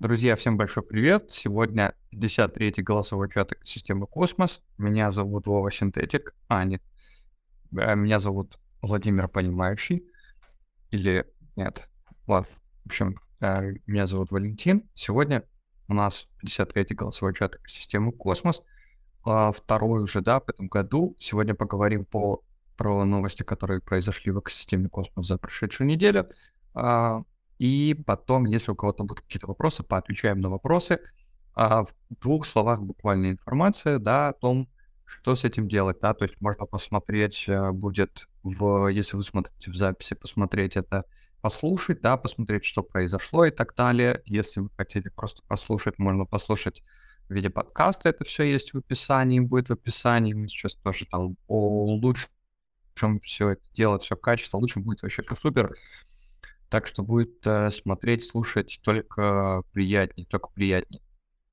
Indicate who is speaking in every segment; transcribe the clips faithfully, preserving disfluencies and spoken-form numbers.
Speaker 1: Друзья, всем большой привет! Сегодня пятьдесят третий голосовой чат экосистемы «Космос». Меня зовут Вова Синтетик. А, нет, э, меня зовут Владимир Понимающий. Или нет, ладно. В общем, э, меня зовут Валентин. Сегодня у нас пятьдесят третий голосовой чат экосистемы «Космос». А, Второй уже, да, в этом году. Сегодня поговорим по, про новости, которые произошли в экосистеме «Космос» за прошедшую неделю. А, И потом, если у кого-то будут какие-то вопросы, поотвечаем на вопросы. А, В двух словах буквально информация, да, о том, что с этим делать, да, то есть можно посмотреть, э, будет в, если вы смотрите в записи, посмотреть это, послушать, да, посмотреть, что произошло и так далее. Если вы хотите просто послушать, можно послушать в виде подкаста, это все есть в описании, будет в описании. Мы сейчас тоже там улучшим все это делать, все качество, лучше будет вообще супер. Так что будет э, смотреть, слушать только приятнее, только приятнее.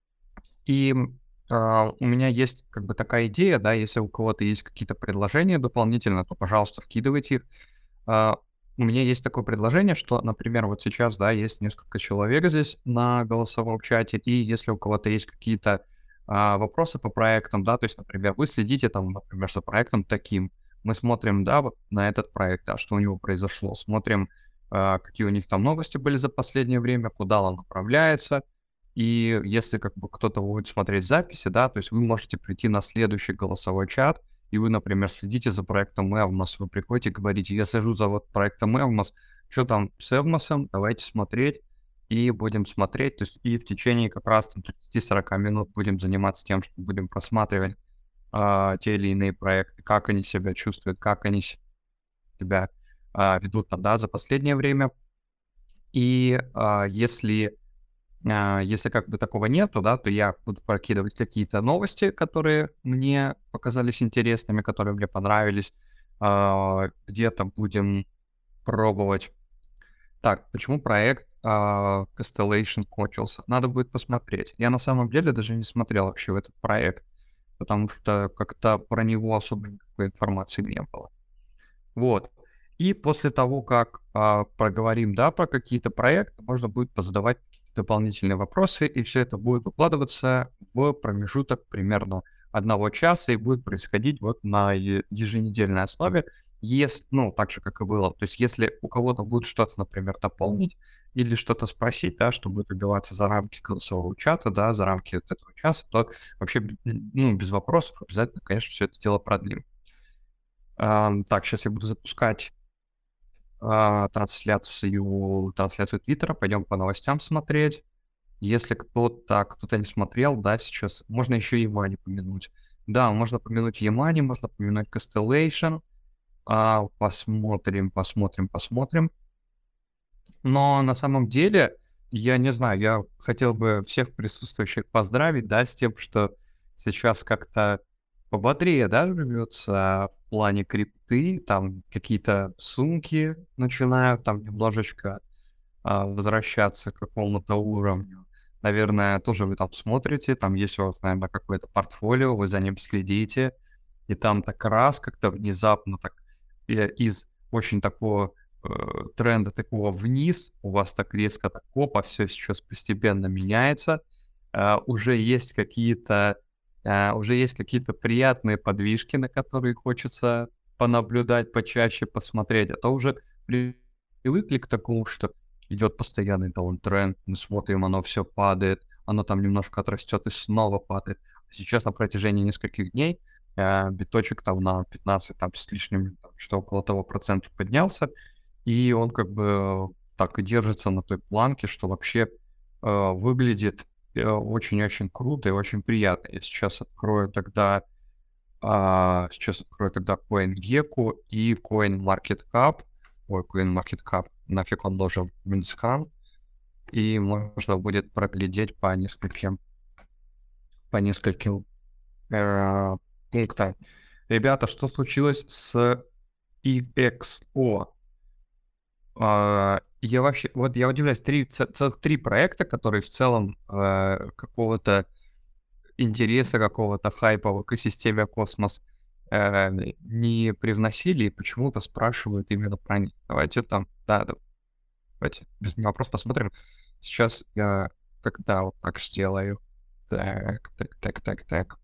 Speaker 1: И а, у меня есть как бы такая идея, да, если у кого-то есть какие-то предложения дополнительно, то, пожалуйста, вкидывайте их. А, у меня есть такое предложение, что, например, вот сейчас, да, есть несколько человек здесь на голосовом чате, и если у кого-то есть какие-то а, вопросы по проектам, да, то есть, например, вы следите там, например, за проектом таким, мы смотрим, да, вот на этот проект, да, что у него произошло, смотрим, а, какие у них там новости были за последнее время, куда он направляется, и если как бы кто-то будет смотреть записи, да, то есть вы можете прийти на следующий голосовой чат, и вы, например, следите за проектом Evmos, вы приходите и говорите, я слежу за вот проектом Evmos, что там с Evmos, давайте смотреть, и будем смотреть, то есть и в течение как раз там тридцать-сорок минут будем заниматься тем, что будем просматривать а, те или иные проекты, как они себя чувствуют, как они себя а, ведут, там, да, за последнее время. И а, если а, если как бы такого нету, да, то я буду прокидывать какие-то новости, которые мне показались интересными, которые мне понравились. А, где-то будем пробовать. Так, почему проект а, Constellation кончился? Надо будет посмотреть. Я на самом деле даже не смотрел вообще в этот проект, потому что как-то про него особо никакой информации не было. Вот. И после того, как а, проговорим, да, про какие-то проекты, можно будет позадавать какие-то дополнительные вопросы, и все это будет укладываться в промежуток примерно одного часа и будет происходить вот на е- еженедельной основе, если, ну, так же, как и было. То есть если у кого-то будет что-то, например, дополнить или что-то спросить, да, что будет выбиваться за рамки голосового чата, да, за рамки вот этого часа, то вообще, б- ну, без вопросов обязательно, конечно, все это дело продлим. Ам, так, сейчас я буду запускать а, трансляцию трансляцию "Твиттера". Пойдем по новостям смотреть. Если кто-то кто-то не смотрел, да, сейчас можно еще Ямани помянуть. Да, можно помянуть Ямани, можно помянуть Constellation. А, посмотрим, посмотрим, посмотрим. Но на самом деле, я не знаю, я хотел бы всех присутствующих поздравить, да, с тем, что сейчас как-то пободрее, да, живется в плане крипты, там какие-то сумки начинают там немножечко а, возвращаться к какому-то уровню. Наверное, тоже вы там смотрите, там есть у вас, наверное, какое-то портфолио, вы за ним следите, и там так раз как-то внезапно так э, из очень такого э, тренда такого вниз, у вас так резко так опа, все сейчас постепенно меняется, э, уже есть какие-то э, уже есть какие-то приятные подвижки, на которые хочется понаблюдать почаще, посмотреть, а то уже при- привыкли к такому, что идет постоянный даунтренд, мы смотрим, оно все падает, оно там немножко отрастет и снова падает. Сейчас на протяжении нескольких дней э, биточек там на пятнадцать там с лишним, там, что около того процентов поднялся, и он как бы так и держится на той планке, что вообще э, выглядит э, очень-очень круто и очень приятно. Я сейчас открою тогда, а, сейчас открою тогда CoinGecko и CoinMarketCap. Ой, CoinMarketCap, нафиг он должен Минскан. И можно будет проглядеть по нескольким, по нескольким э, пунктам. Ребята, что случилось с и экс о? А, я вообще, вот я удивляюсь, три, ц- целых три проекта, которые в целом э, какого-то интереса, какого-то хайпа в экосистеме космос э, не привносили и почему-то спрашивают именно про них. Давайте там, да, да, давайте без меня вопрос посмотрим. Сейчас я Тогда вот так сделаю. Так, так, так, так, так.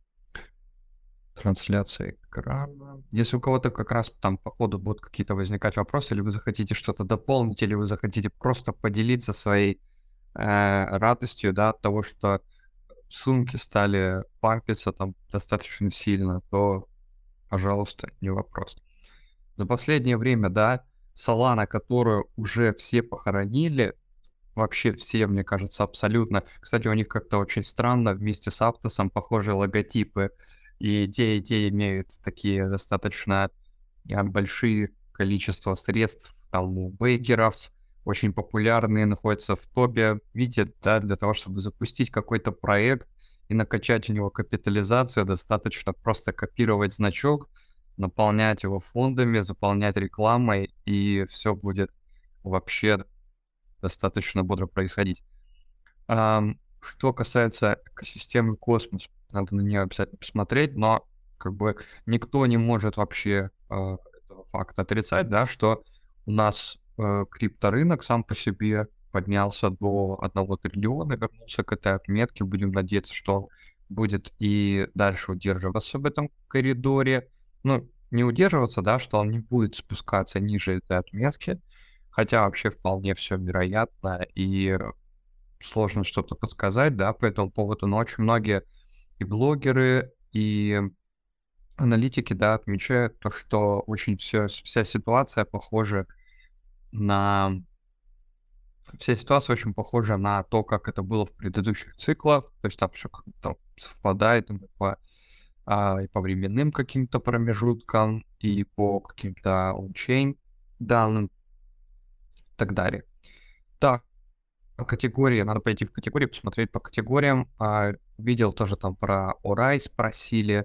Speaker 1: Трансляция экрана. Если у кого-то как раз там по ходу будут какие-то возникать вопросы, или вы захотите что-то дополнить, или вы захотите просто поделиться своей э, радостью, да, от того, что сумки стали пампиться там достаточно сильно, то, пожалуйста, не вопрос. За последнее время, да, Solana, которую уже все похоронили, вообще все, мне кажется, абсолютно. Кстати, у них как-то очень странно вместе с Аптосом похожие логотипы. И те, и те имеют такие достаточно а, большие количество средств, там, у бейкеров, очень популярные, находятся в топе. Видите, да, для того, чтобы запустить какой-то проект и накачать у него капитализацию, достаточно просто копировать значок, наполнять его фондами, заполнять рекламой, и все будет вообще достаточно бодро происходить. Ам, что касается экосистемы Космос, надо на нее обязательно посмотреть, но как бы никто не может вообще а, этого факта отрицать, да, что у нас э, крипторынок сам по себе поднялся до одного триллиона, вернулся к этой отметке. Будем надеяться, что он будет и дальше удерживаться в этом коридоре. Ну, не удерживаться, да, что он не будет спускаться ниже этой отметки, хотя вообще вполне все вероятно, и сложно что-то подсказать, да, по этому поводу, но очень многие и блогеры, и аналитики, да, отмечают то, что очень всё, вся ситуация похожа на... Вся ситуация очень похожа на то, как это было в предыдущих циклах, то есть там все как-то совпадает и по, а, и по временным каким-то промежуткам, и по каким-то ончейн данным и так далее. Так, категории, надо пойти в категории, посмотреть по категориям. А, видел тоже там про Орай спросили.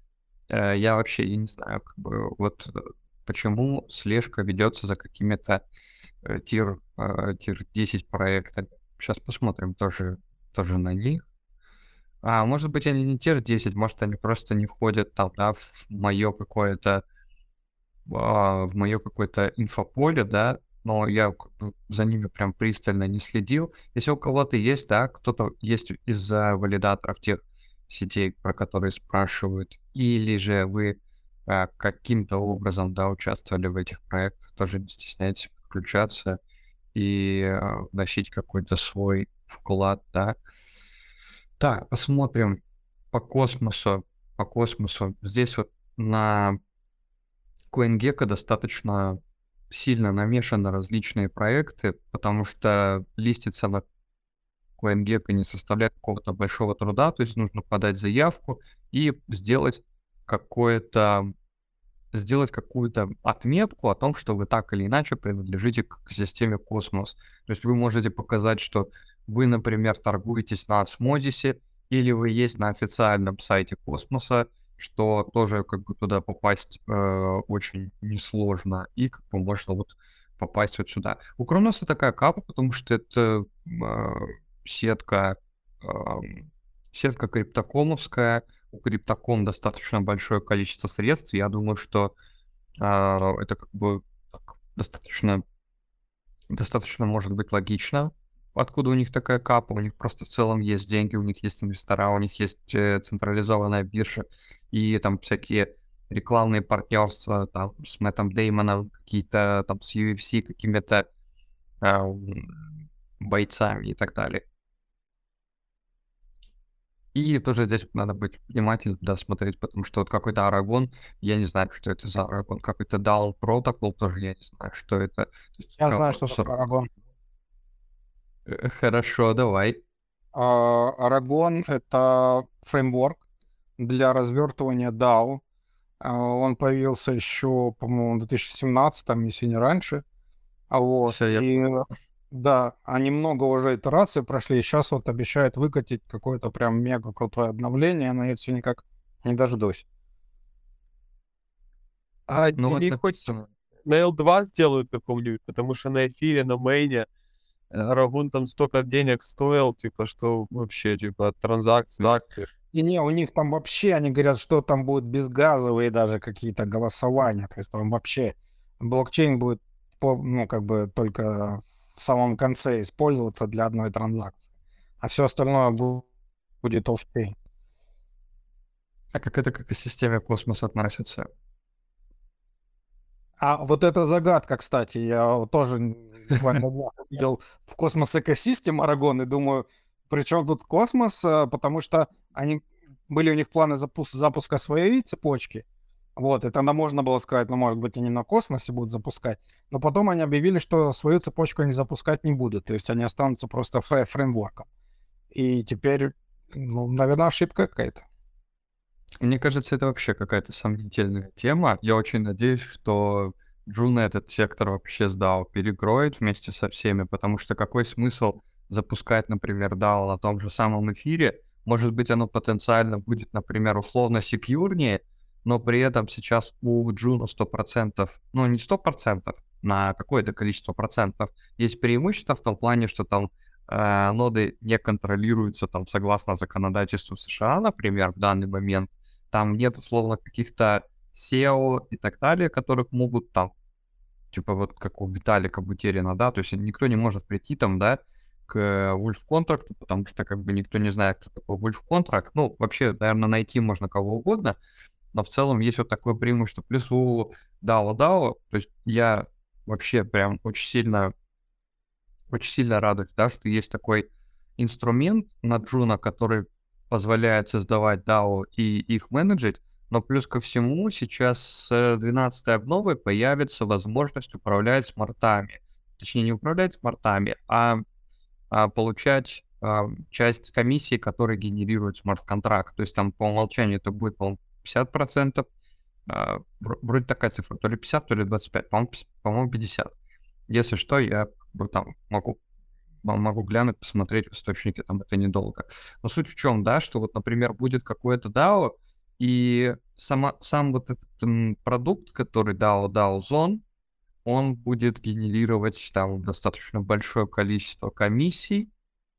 Speaker 1: Э, я вообще, я не знаю, как бы, вот э, почему слежка ведется за какими-то э, тир, э, тир десять проектами. Сейчас посмотрим тоже, тоже на них. А может быть, они не тир десять, может, они просто не входят там, да, в мое какое-то а, в мое какое-то инфополе, да, но я как бы за ними прям пристально не следил. Если у кого-то есть, да, кто-то есть из-за валидаторов тех сетей, про которые спрашивают, или же вы а, каким-то образом, да, участвовали в этих проектах, тоже не стесняйтесь подключаться и а, вносить какой-то свой вклад, да. Так, посмотрим по космосу, по космосу. Здесь вот на CoinGecko достаточно сильно намешаны различные проекты, потому что листиться на CoinGecko не составляет какого-то большого труда, то есть нужно подать заявку и сделать какое-то сделать какую-то отметку о том, что вы так или иначе принадлежите к системе Космос. То есть вы можете показать, что вы, например, торгуетесь на Осмозисе, или вы есть на официальном сайте Космоса, что тоже как бы туда попасть э, очень несложно, и как бы можно вот попасть вот сюда. У Кроноса такая капа, потому что это э, сетка, э, сетка криптокомовская, у Криптоком достаточно большое количество средств. Я думаю, что а, это как бы так, достаточно, достаточно может быть логично, откуда у них такая капа. У них просто в целом есть деньги, у них есть инвестора, у них есть э, централизованная биржа и там всякие рекламные партнерства там, с Мэттом Деймоном, какие-то там с ю эф си, какими-то а, м, бойцами и так далее. И тоже здесь надо быть внимательным, да, смотреть, потому что вот какой-то Арагон, я не знаю, что это за Арагон, какой-то Down Protocol тоже я не знаю, что это. То есть,
Speaker 2: Я
Speaker 1: а,
Speaker 2: знаю, что
Speaker 1: с-
Speaker 2: такое Aragon.
Speaker 1: э, Хорошо, давай.
Speaker 2: А, Aragon — это фреймворк для развертывания дао. А, Он появился еще, по-моему, в две тысячи семнадцатом, если не раньше. А вот.
Speaker 1: Все, я
Speaker 2: И
Speaker 1: понял.
Speaker 2: да, они много уже итераций прошли, и сейчас вот обещают выкатить какое-то прям мега крутое обновление, но я все никак не дождусь.
Speaker 3: А
Speaker 1: Ну вот
Speaker 3: они хоть
Speaker 1: написано.
Speaker 3: на эл два сделают каком-нибудь, потому что на эфире, на мейне э, Арагон там столько денег стоил, типа, что вообще, типа, транзакции. акции.
Speaker 2: И не, у них там вообще, они говорят, что там будут безгазовые даже какие-то голосования. То есть там вообще блокчейн будет, по, ну, как бы только в самом конце использоваться для одной транзакции. а все остальное бу- будет off-chain.
Speaker 1: А как это к экосистеме космоса относится?
Speaker 2: А вот эта загадка, кстати, я вот тоже н- буквально на днях видел в космос экосистем Арагон и думаю, при чем тут космос? А, Потому что они были у них планы запус- запуска своей цепочки. Вот, и тогда можно было сказать, ну, может быть, они на космосе будут запускать. Но потом они объявили, что свою цепочку они запускать не будут. То есть они останутся просто фре- фреймворком. И теперь, ну, наверное, ошибка какая-то.
Speaker 1: Мне кажется, это вообще какая-то сомнительная тема. Я очень надеюсь, что Джуна этот сектор вообще с дао перекроет вместе со всеми, потому что какой смысл запускать, например, дао на том же самом эфире? Может быть, оно потенциально будет, например, условно секьюрнее, но при этом сейчас у Джуна сто процентов, ну не сто процентов, на какое-то количество процентов есть преимущество в том плане, что там э, ноды не контролируются там согласно законодательству США, например, в данный момент. Там нет, условно, каких-то сео и так далее, которых могут там, типа вот как у Виталика Бутерина, да, то есть никто не может прийти там, да, к Wolf контракту, потому что как бы никто не знает, кто такой Wolf контракт. Ну, вообще, наверное, найти можно кого угодно, но в целом есть вот такое преимущество. Плюс у дао дао, то есть я вообще прям очень сильно, очень сильно радуюсь, да, что есть такой инструмент на Juno, который позволяет создавать дао и их менеджить, но плюс ко всему сейчас с двенадцатой обновой появится возможность управлять смартами. Точнее, не управлять смартами, а, а получать а, часть комиссии, которая генерирует смарт-контракт. То есть там по умолчанию это будет, по-моему, пятьдесят процентов. а, вр- Вроде такая цифра, то ли пятьдесят, то ли двадцать пять, по-моему, пс- по-моему, пятьдесят. Если что, я как бы там могу мо- могу глянуть, посмотреть в источнике, там это недолго. Но суть в чем, да, что вот, например, будет какое-то дао, и сама, сам вот этот м, продукт, который дао, дао Zone, он будет генерировать там достаточно большое количество комиссий,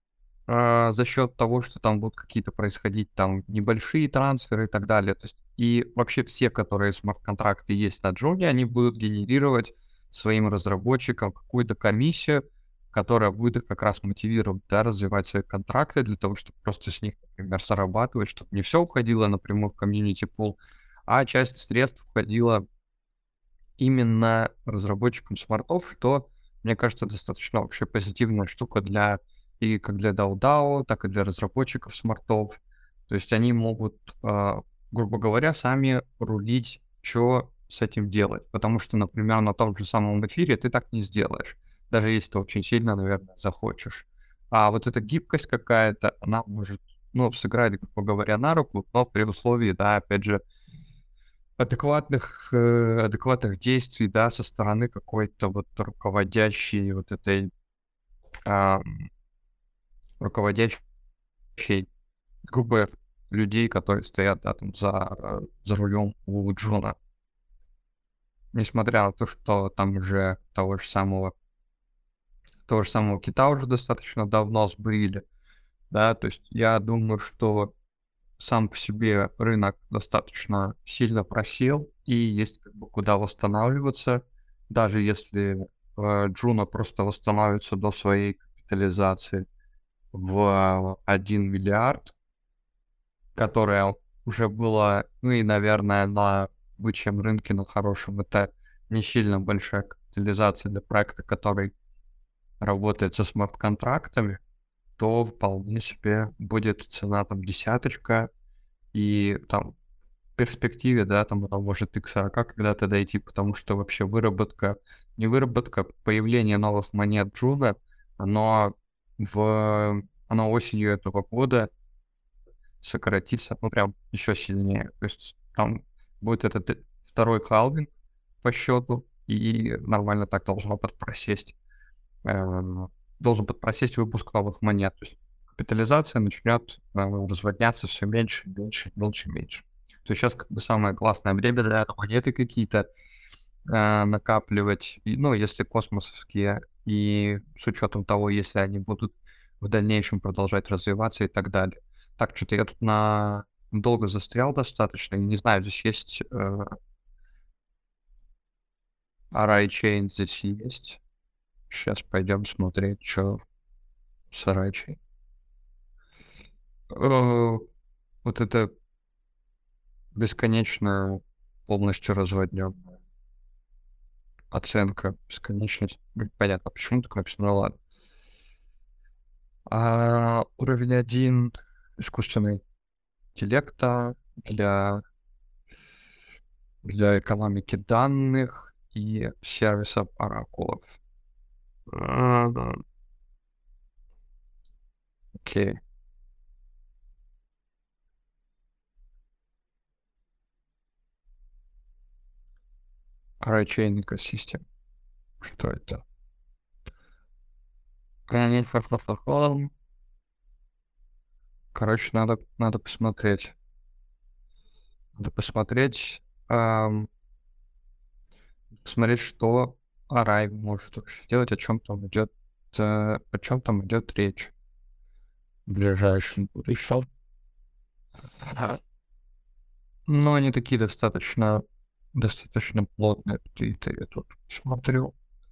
Speaker 1: а, за счет того, что там будут какие-то происходить там небольшие трансферы и так далее. То есть и вообще все, которые смарт-контракты есть на Джуне, они будут генерировать своим разработчикам какую-то комиссию, которая будет их как раз мотивировать, да, развивать свои контракты для того, чтобы просто с них, например, зарабатывать, чтобы не все уходило напрямую в комьюнити пул, а часть средств уходила именно разработчикам смартов, что, мне кажется, достаточно вообще позитивная штука для и как для дао дао, так и для разработчиков смартов. То есть они могут, а, грубо говоря, сами рулить, что с этим делать. Потому что, например, на том же самом эфире ты так не сделаешь, даже если ты очень сильно, наверное, захочешь. А вот эта гибкость какая-то, она может, ну, сыграть, грубо говоря, на руку, но при условии, да, опять же, адекватных, э, адекватных действий, да, со стороны какой-то вот руководящей вот этой, ам, руководящей группы людей, которые стоят, да, там за, э, за рулем у Джуна. Несмотря на то, что там уже того же самого, того же самого кита уже достаточно давно сбрили, да, то есть я думаю, что сам по себе рынок достаточно сильно просел, и есть как бы куда восстанавливаться, даже если э, Джуна просто восстановится до своей капитализации в один миллиард, которая уже была, ну и, наверное, на бычьем рынке, на хорошем, это не сильно большая капитализация для проекта, который работает со смарт-контрактами, то вполне себе будет цена там десяточка, и там в перспективе, да, там она может и к сорока когда-то дойти, потому что вообще выработка, не выработка, появление новых монет Джуна, оно в оно осенью этого года сократится, ну, прям еще сильнее. То есть там будет этот э, второй халвинг по счету, и нормально так должно подпросесть. Эм, Должен подпросесть выпуск новых монет. То есть капитализация начнет э, разводняться все меньше, меньше, меньше, меньше. То есть сейчас как бы самое классное время для этого монеты какие-то э, накапливать, и, ну, если космосовские, и с учетом того, если они будут в дальнейшем продолжать развиваться и так далее. Так, что-то я тут на долго застрял достаточно, не знаю, здесь есть э, Array Chain, здесь есть. Сейчас пойдем смотреть, что с Array Chain. Э, вот это бесконечно полностью разводнённая оценка, бесконечность. Ну, понятно, почему так написано, ну ладно. А, уровень один искусственный интеллекта для для экономики данных и сервисов оракулов. А, да. Окей. Array Chain Ecosystem. Что это? Короче, надо, надо посмотреть. Надо посмотреть, ам, посмотреть, что Array может вообще делать, о чем там идет, э, о чем там идет речь в ближайшем будущем. Но они такие достаточно, достаточно плотные в Твиттере, я тут смотрю.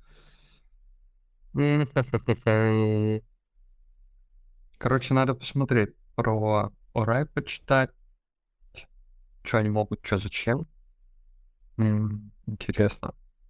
Speaker 1: Короче, надо посмотреть про Array, почитать, что они могут, что зачем. М, Интересно.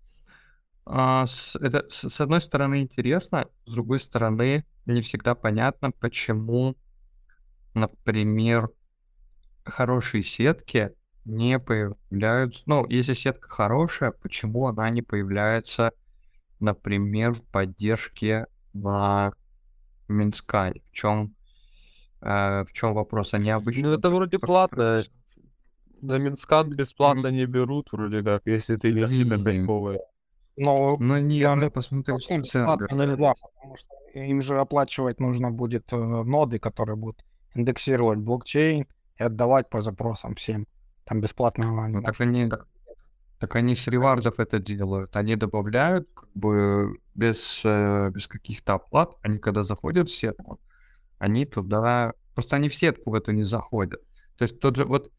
Speaker 1: А, с, это, с, с одной стороны интересно, с другой стороны не всегда понятно, почему, например, хорошие сетки не появляются. Ну, если сетка хорошая, почему она не появляется, например, в поддержке на Минскале? В чем, в чем вопрос? Они
Speaker 3: Ну,
Speaker 1: обычно
Speaker 3: это вроде
Speaker 1: как-
Speaker 3: платно. На Минскат бесплатно не берут, вроде как, если ты не сильно
Speaker 1: Мгм.
Speaker 3: кайфовый.
Speaker 2: Но
Speaker 1: Ну, не,
Speaker 2: я
Speaker 1: надо посмотреть
Speaker 2: совсем
Speaker 1: в центре.
Speaker 2: бесплатно нельзя, потому что им же оплачивать нужно будет э, ноды, которые будут индексировать блокчейн и отдавать по запросам всем. Там бесплатно не
Speaker 1: Ну, так
Speaker 2: может.
Speaker 1: они, так они с ревардов это делают. Они добавляют как бы без, э, без каких-то оплат. Они когда заходят в сетку, они туда... Просто они в сетку в эту не заходят. То есть тот же вот...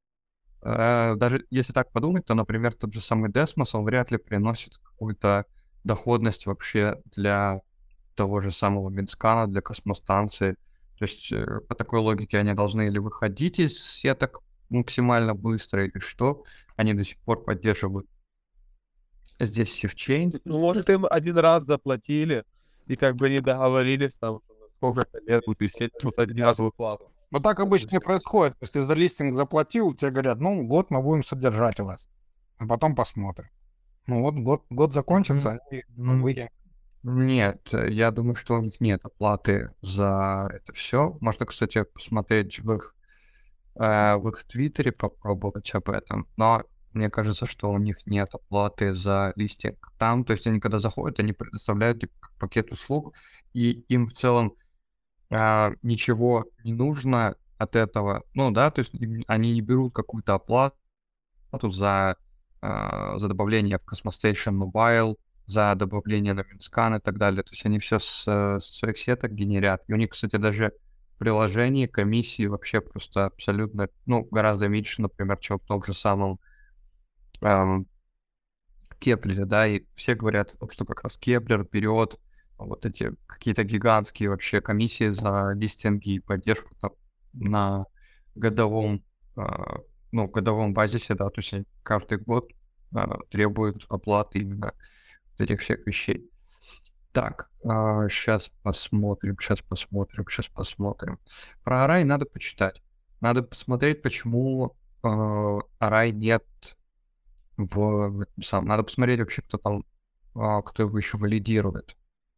Speaker 1: э, даже если так подумать, то, например, тот же самый Desmos, он вряд ли приносит какую-то доходность вообще для того же самого Минскана, для космостанции. То есть э, по такой логике они должны или выходить из сеток максимально быстро, или что. Они до сих пор поддерживают здесь сифчейн.
Speaker 3: Ну, может, им один раз заплатили, и как бы не договорились там, что на сколько лет будет висеть, вот один раз выплату.
Speaker 2: Но так обычно и происходит. То есть ты за листинг заплатил, тебе говорят, ну, год мы будем содержать вас. А потом посмотрим. Ну вот год, год закончится, и
Speaker 1: Ну,
Speaker 2: выкинем.
Speaker 1: Нет, э, я думаю, что у них нет оплаты за это все. Можно, кстати, посмотреть в их, э, в их твиттере, попробовать об этом. Но мне кажется, что у них нет оплаты за листинг там. То есть они, когда заходят, они предоставляют типа, как пакет услуг, и им в целом а, ничего не нужно от этого. Ну да, то есть им- они не берут какую-то оплату за, а, за добавление в Cosmostation Mobile, за добавление на Минскан и так далее. То есть они все с, э, с своих сеток генерят. И у них, кстати, даже в приложении комиссии вообще просто абсолютно, ну, гораздо меньше, например, чем в том же самом эм, Кеплере, да, и все говорят, о том, что как раз Кеплер берет вот эти какие-то гигантские вообще комиссии за листинги и поддержку там на годовом, а, ну, годовом базисе, да, то есть они каждый год а, требуют оплаты именно вот этих всех вещей. Так, сейчас посмотрим, сейчас посмотрим, сейчас посмотрим. Про Арай надо почитать. Надо посмотреть, почему э, Арай нет в, в этом самом. Надо посмотреть вообще, кто там, а, кто его еще валидирует.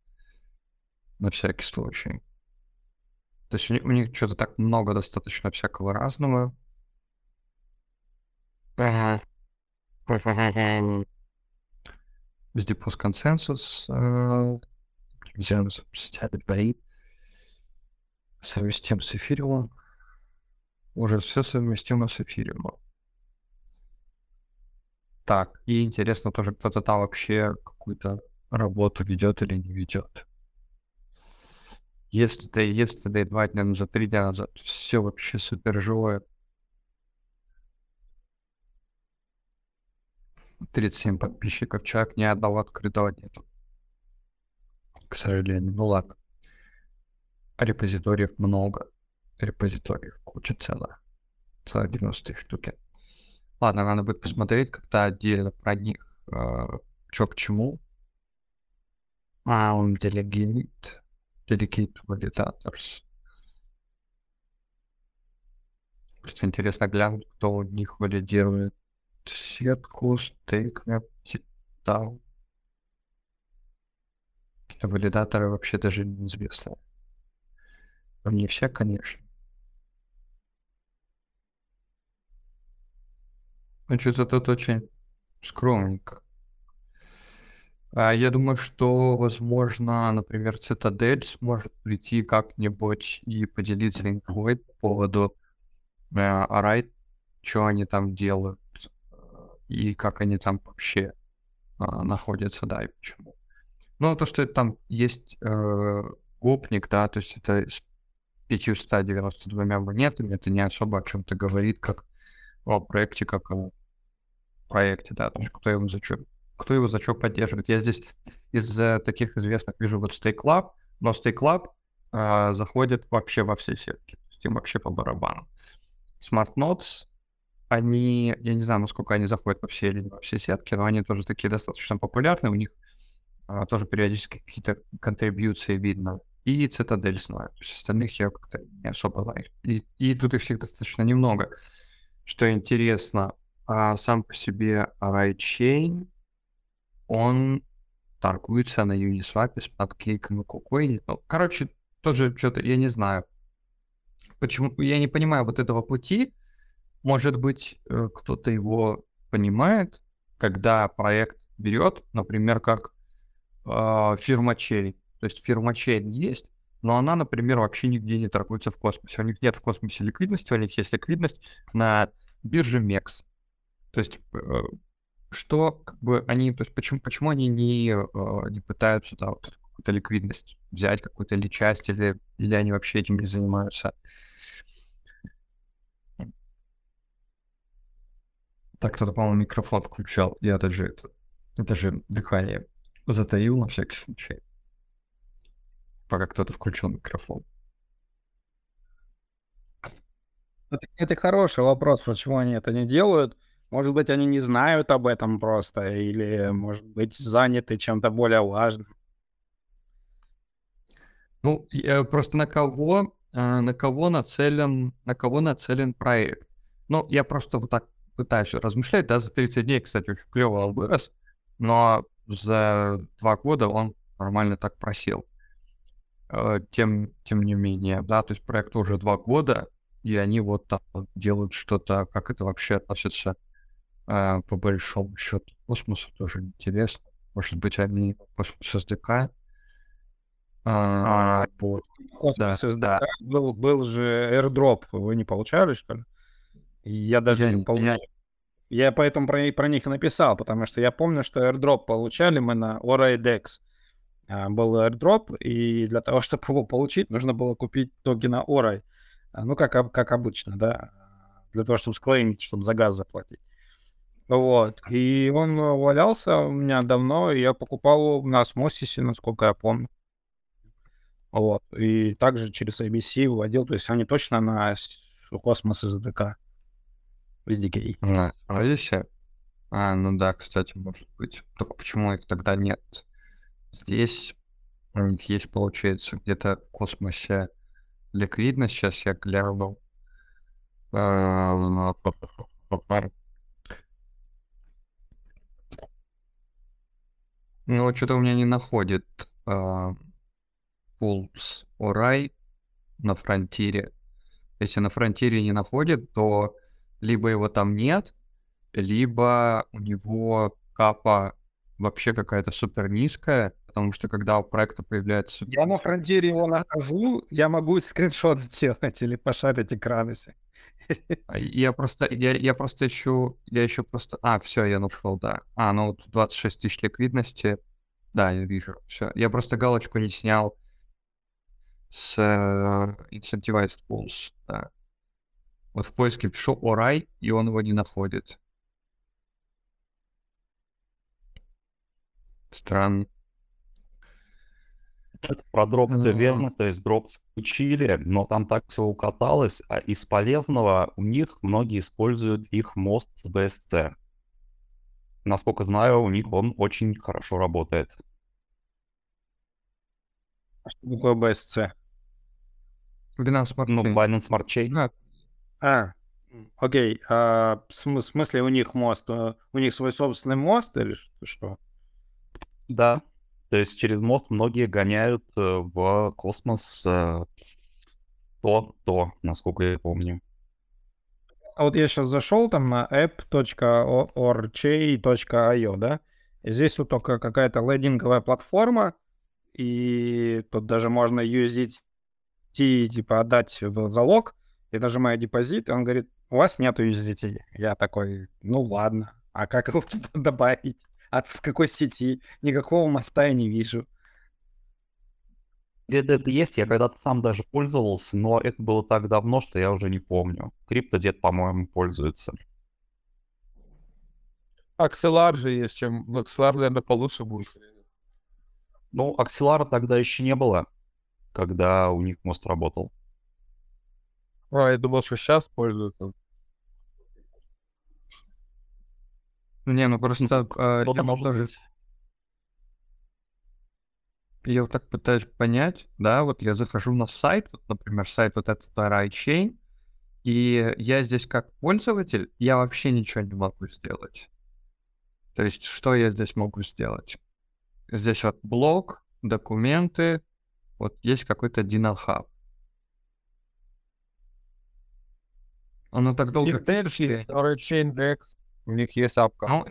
Speaker 1: На всякий случай. То есть у них, у них что-то так много достаточно всякого разного. Ага. Везде постконсенсус. э, Взяли боит. Совместим с эфириумом. Уже все совместимо с эфириумом. Так, и интересно тоже, кто-то там вообще какую-то работу ведет или не ведет. Yesterday, yesterday, два дня назад, три дня назад, все вообще супер живое. тридцать семь подписчиков, человек, ни одного открытого нету. К сожалению, ну ладно. Репозиториев много. репозиториев, куча целая, целых девяносто три штуки. Ладно, надо будет посмотреть как-то отдельно про них, э, чё к чему. А, он delegate, delegate validators. Просто интересно глянуть, кто у них валидирует сетку, стейкмент, DAO. Какие-то валидаторы вообще даже неизвестны. Но не все, конечно. Ну, что-то тут очень скромненько. А, я думаю, что, возможно, например, Цитадель сможет прийти как-нибудь и поделиться инфой по поводу э, Арайт, что они там делают э, и как они там вообще э, находятся, да, и почему. Ну, то, что там есть э, гопник, да, то есть это с пятьюстами девяносто двумя монетами, это не особо о чем-то говорит, как о проекте, как о проекте, да, то есть кто его за что, кто его за что поддерживает. Я здесь из э, таких известных вижу вот Stake Lab, но Stake Lab э, заходит вообще во все сетки, то есть им вообще по барабану. Smart Nodes, они, я не знаю, насколько они заходят во все или не во все сетки, но они тоже такие достаточно популярны, у них а, тоже периодически какие-то контрибьюции видно. И Цитадель знаю. То есть остальных я как-то не особо знаю. И, и тут их всех достаточно немного. Что интересно, а сам по себе Array он торгуется на Uniswap с панкейком и KuCoin. Ну, короче, тоже что-то, я не знаю. Почему, я не понимаю вот этого пути. Может быть, э, кто-то его понимает, когда проект берет, например, как а, фирма Cherry. То есть фирма Cherry есть, но она, например, вообще нигде не торгуется в космосе. У них нет в космосе ликвидности, у них есть ликвидность на бирже Мекс. То есть э, что как бы они, то есть почему, почему они не, э, не пытаются да, вот какую-то ликвидность взять, какую-то или часть, или, или они вообще этим не занимаются? Так, кто-то, по-моему, микрофон включал. Я даже это, даже дыхание затаил на всякий случай, пока кто-то включил микрофон.
Speaker 2: Это, это хороший вопрос, почему они это не делают. Может быть, они не знают об этом просто, или, может быть, заняты чем-то более важным.
Speaker 1: Ну, я просто на кого, э, на кого нацелен, на кого нацелен проект. Ну, я просто вот так пытаюсь размышлять, да, за тридцать дней, кстати, очень клево он вырос, но за два года он нормально так просел. Э, Тем, тем не менее, да, то есть проекту уже два года, и они вот так вот делают что-то, как это вообще относится э, по большому счету к космосу, тоже интересно. Может быть, они космос эс ди кей, а, вот, да,
Speaker 2: Космос эс ди
Speaker 1: да.
Speaker 2: кей был, был же airdrop, вы не получали, что ли? И Я даже
Speaker 1: Я
Speaker 2: не
Speaker 1: не-
Speaker 2: получил.
Speaker 1: я-
Speaker 2: Я поэтому про, про них и написал, потому что я помню, что airdrop получали мы на Aura Dex. А, Был airdrop, и для того, чтобы его получить, нужно было купить токена Aura. А, Ну, как, об- как обычно, да, для того, чтобы склеймить, чтобы за газ заплатить. Вот. И он э, валялся у меня давно, и я покупал его на осмосисе, насколько я помню. Вот. И также через эй би си выводил, то есть они точно на с- космос эс ди кей, эс ди кей.
Speaker 1: А, Алисе? А, ну да, кстати, может быть. Только почему их тогда нет? Здесь у них есть, получается, где-то в космосе ликвидность. Сейчас я гляну. А, Ну, что-то у меня не находит а, Pulse Orai на фронтире. Если на фронтире не находит, то либо его там нет, либо у него капа вообще какая-то супер низкая, потому что когда у проекта появляется супер
Speaker 2: Я на
Speaker 1: низкая
Speaker 2: фронтире его
Speaker 1: капа,
Speaker 2: нахожу, я могу скриншот сделать или пошарить экран, если.
Speaker 1: а я просто, я, я просто ищу, я еще просто, а, все, я нашел, да. А, ну вот двадцать шесть тысяч ликвидности, да, я вижу, все. Я просто галочку не снял с э, Incentivized Pools, да. Вот в поиске пишу Орай, и он его не находит. Странно.
Speaker 4: Это про дроп все
Speaker 1: Мгм.
Speaker 4: верно, то есть дроп учили, но там так все укаталось, а из полезного у них многие используют их мост с би эс си. Насколько знаю, у них он очень хорошо работает.
Speaker 2: А что такое би эс си?
Speaker 1: Binance Smart
Speaker 4: Ну,
Speaker 1: Chain.
Speaker 4: Binance Smart Chain.
Speaker 1: Да,
Speaker 2: А, м, окей. А, в см- смысле у них мост? э, У них свой собственный мост или ш- что?
Speaker 4: Да. То есть через мост многие гоняют э, в космос э, то, то, насколько я помню.
Speaker 2: А вот я сейчас зашел там на app точка orchey точка ай о, да? И здесь вот только какая-то лендинговая платформа, и тут даже можно ю эс ди ти типа отдать в залог. Я нажимаю депозит, и он говорит, у вас нету ю эс ди ти. Я такой, ну ладно, а как его туда добавить? От с какой сети? Никакого моста я не вижу.
Speaker 4: Где-то это есть, я когда-то сам даже пользовался, но это было так давно, что я уже не помню. Криптодед, по-моему, пользуется.
Speaker 3: Акселар же есть, чем ну, Акселар, наверное, получше будет.
Speaker 4: Ну, Акселара тогда еще не было, когда у них мост работал.
Speaker 3: А, я думал, что сейчас пользуются.
Speaker 1: не, ну просто э,
Speaker 4: Кто-то
Speaker 1: я
Speaker 4: может
Speaker 1: тоже,
Speaker 4: быть.
Speaker 1: я вот так пытаюсь понять, да, вот я захожу на сайт, вот, например, сайт вот этот RideChain, и я здесь как пользователь, я вообще ничего не могу сделать. То есть, что я здесь могу сделать? Здесь вот блог, документы, вот есть какой-то DinoHub. Оно так долго
Speaker 3: Их Dell
Speaker 1: пишет,
Speaker 3: есть, Chain Dex, у них есть апка.
Speaker 1: ну,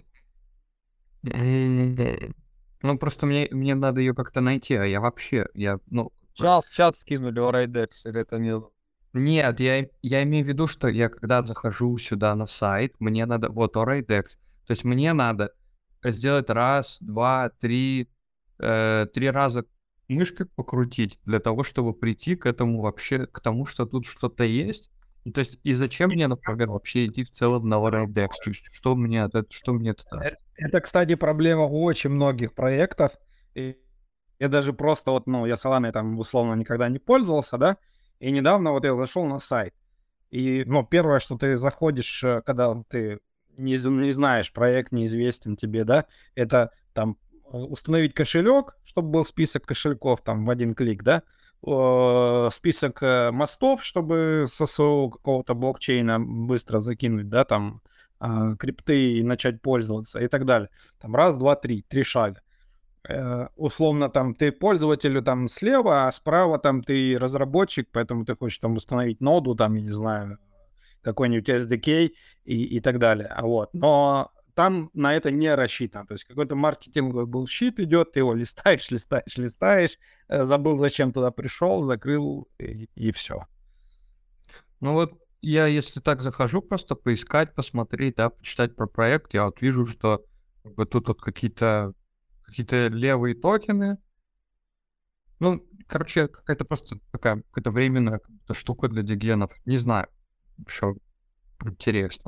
Speaker 1: э, ну, просто мне, мне надо ее как-то найти, а я вообще, я, ну,
Speaker 3: Чат, чат скинули Oraidex, или это не...
Speaker 1: нет, я, я имею в виду, что я когда захожу сюда на сайт, мне надо, вот, Oraidex, то есть мне надо сделать раз, два, три, э, три раза мышкой покрутить для того, чтобы прийти к этому вообще, к тому, что тут что-то есть. И то есть, и зачем мне, например, вообще идти в целом на Oraidex? То есть, что мне от этого, что мне это даст?
Speaker 2: Э, Это, кстати, проблема у очень многих проектов. И я даже просто вот, ну, я Solana там условно никогда не пользовался, да, и недавно вот я зашел на сайт. И, ну, первое, что ты заходишь, э, когда ты не, з- не знаешь, проект неизвестен тебе, да, это там э, установить кошелек, чтобы был список кошельков там в один клик, да, о, список э, мостов, чтобы со своего какого-то блокчейна быстро закинуть, да, там а, крипты и начать пользоваться и так далее. Там раз, два, три, три шага. Э, условно там ты пользователю там слева, а справа там ты разработчик, поэтому ты хочешь там установить ноду, там, я не знаю, какой-нибудь эс ди кей и, и так далее. А вот. Но там на это не рассчитано. То есть какой-то маркетинговый булщит идет, ты его листаешь, листаешь, листаешь, э, забыл, зачем туда пришел, закрыл и, и все.
Speaker 1: Ну вот я, если так захожу, просто поискать, посмотреть, да, почитать про проект, я вот вижу, что как бы тут вот какие-то какие-то левые токены. Ну, короче, какая-то просто такая какая-то временная как будто штука для дигенов. Не знаю. Еще интересно.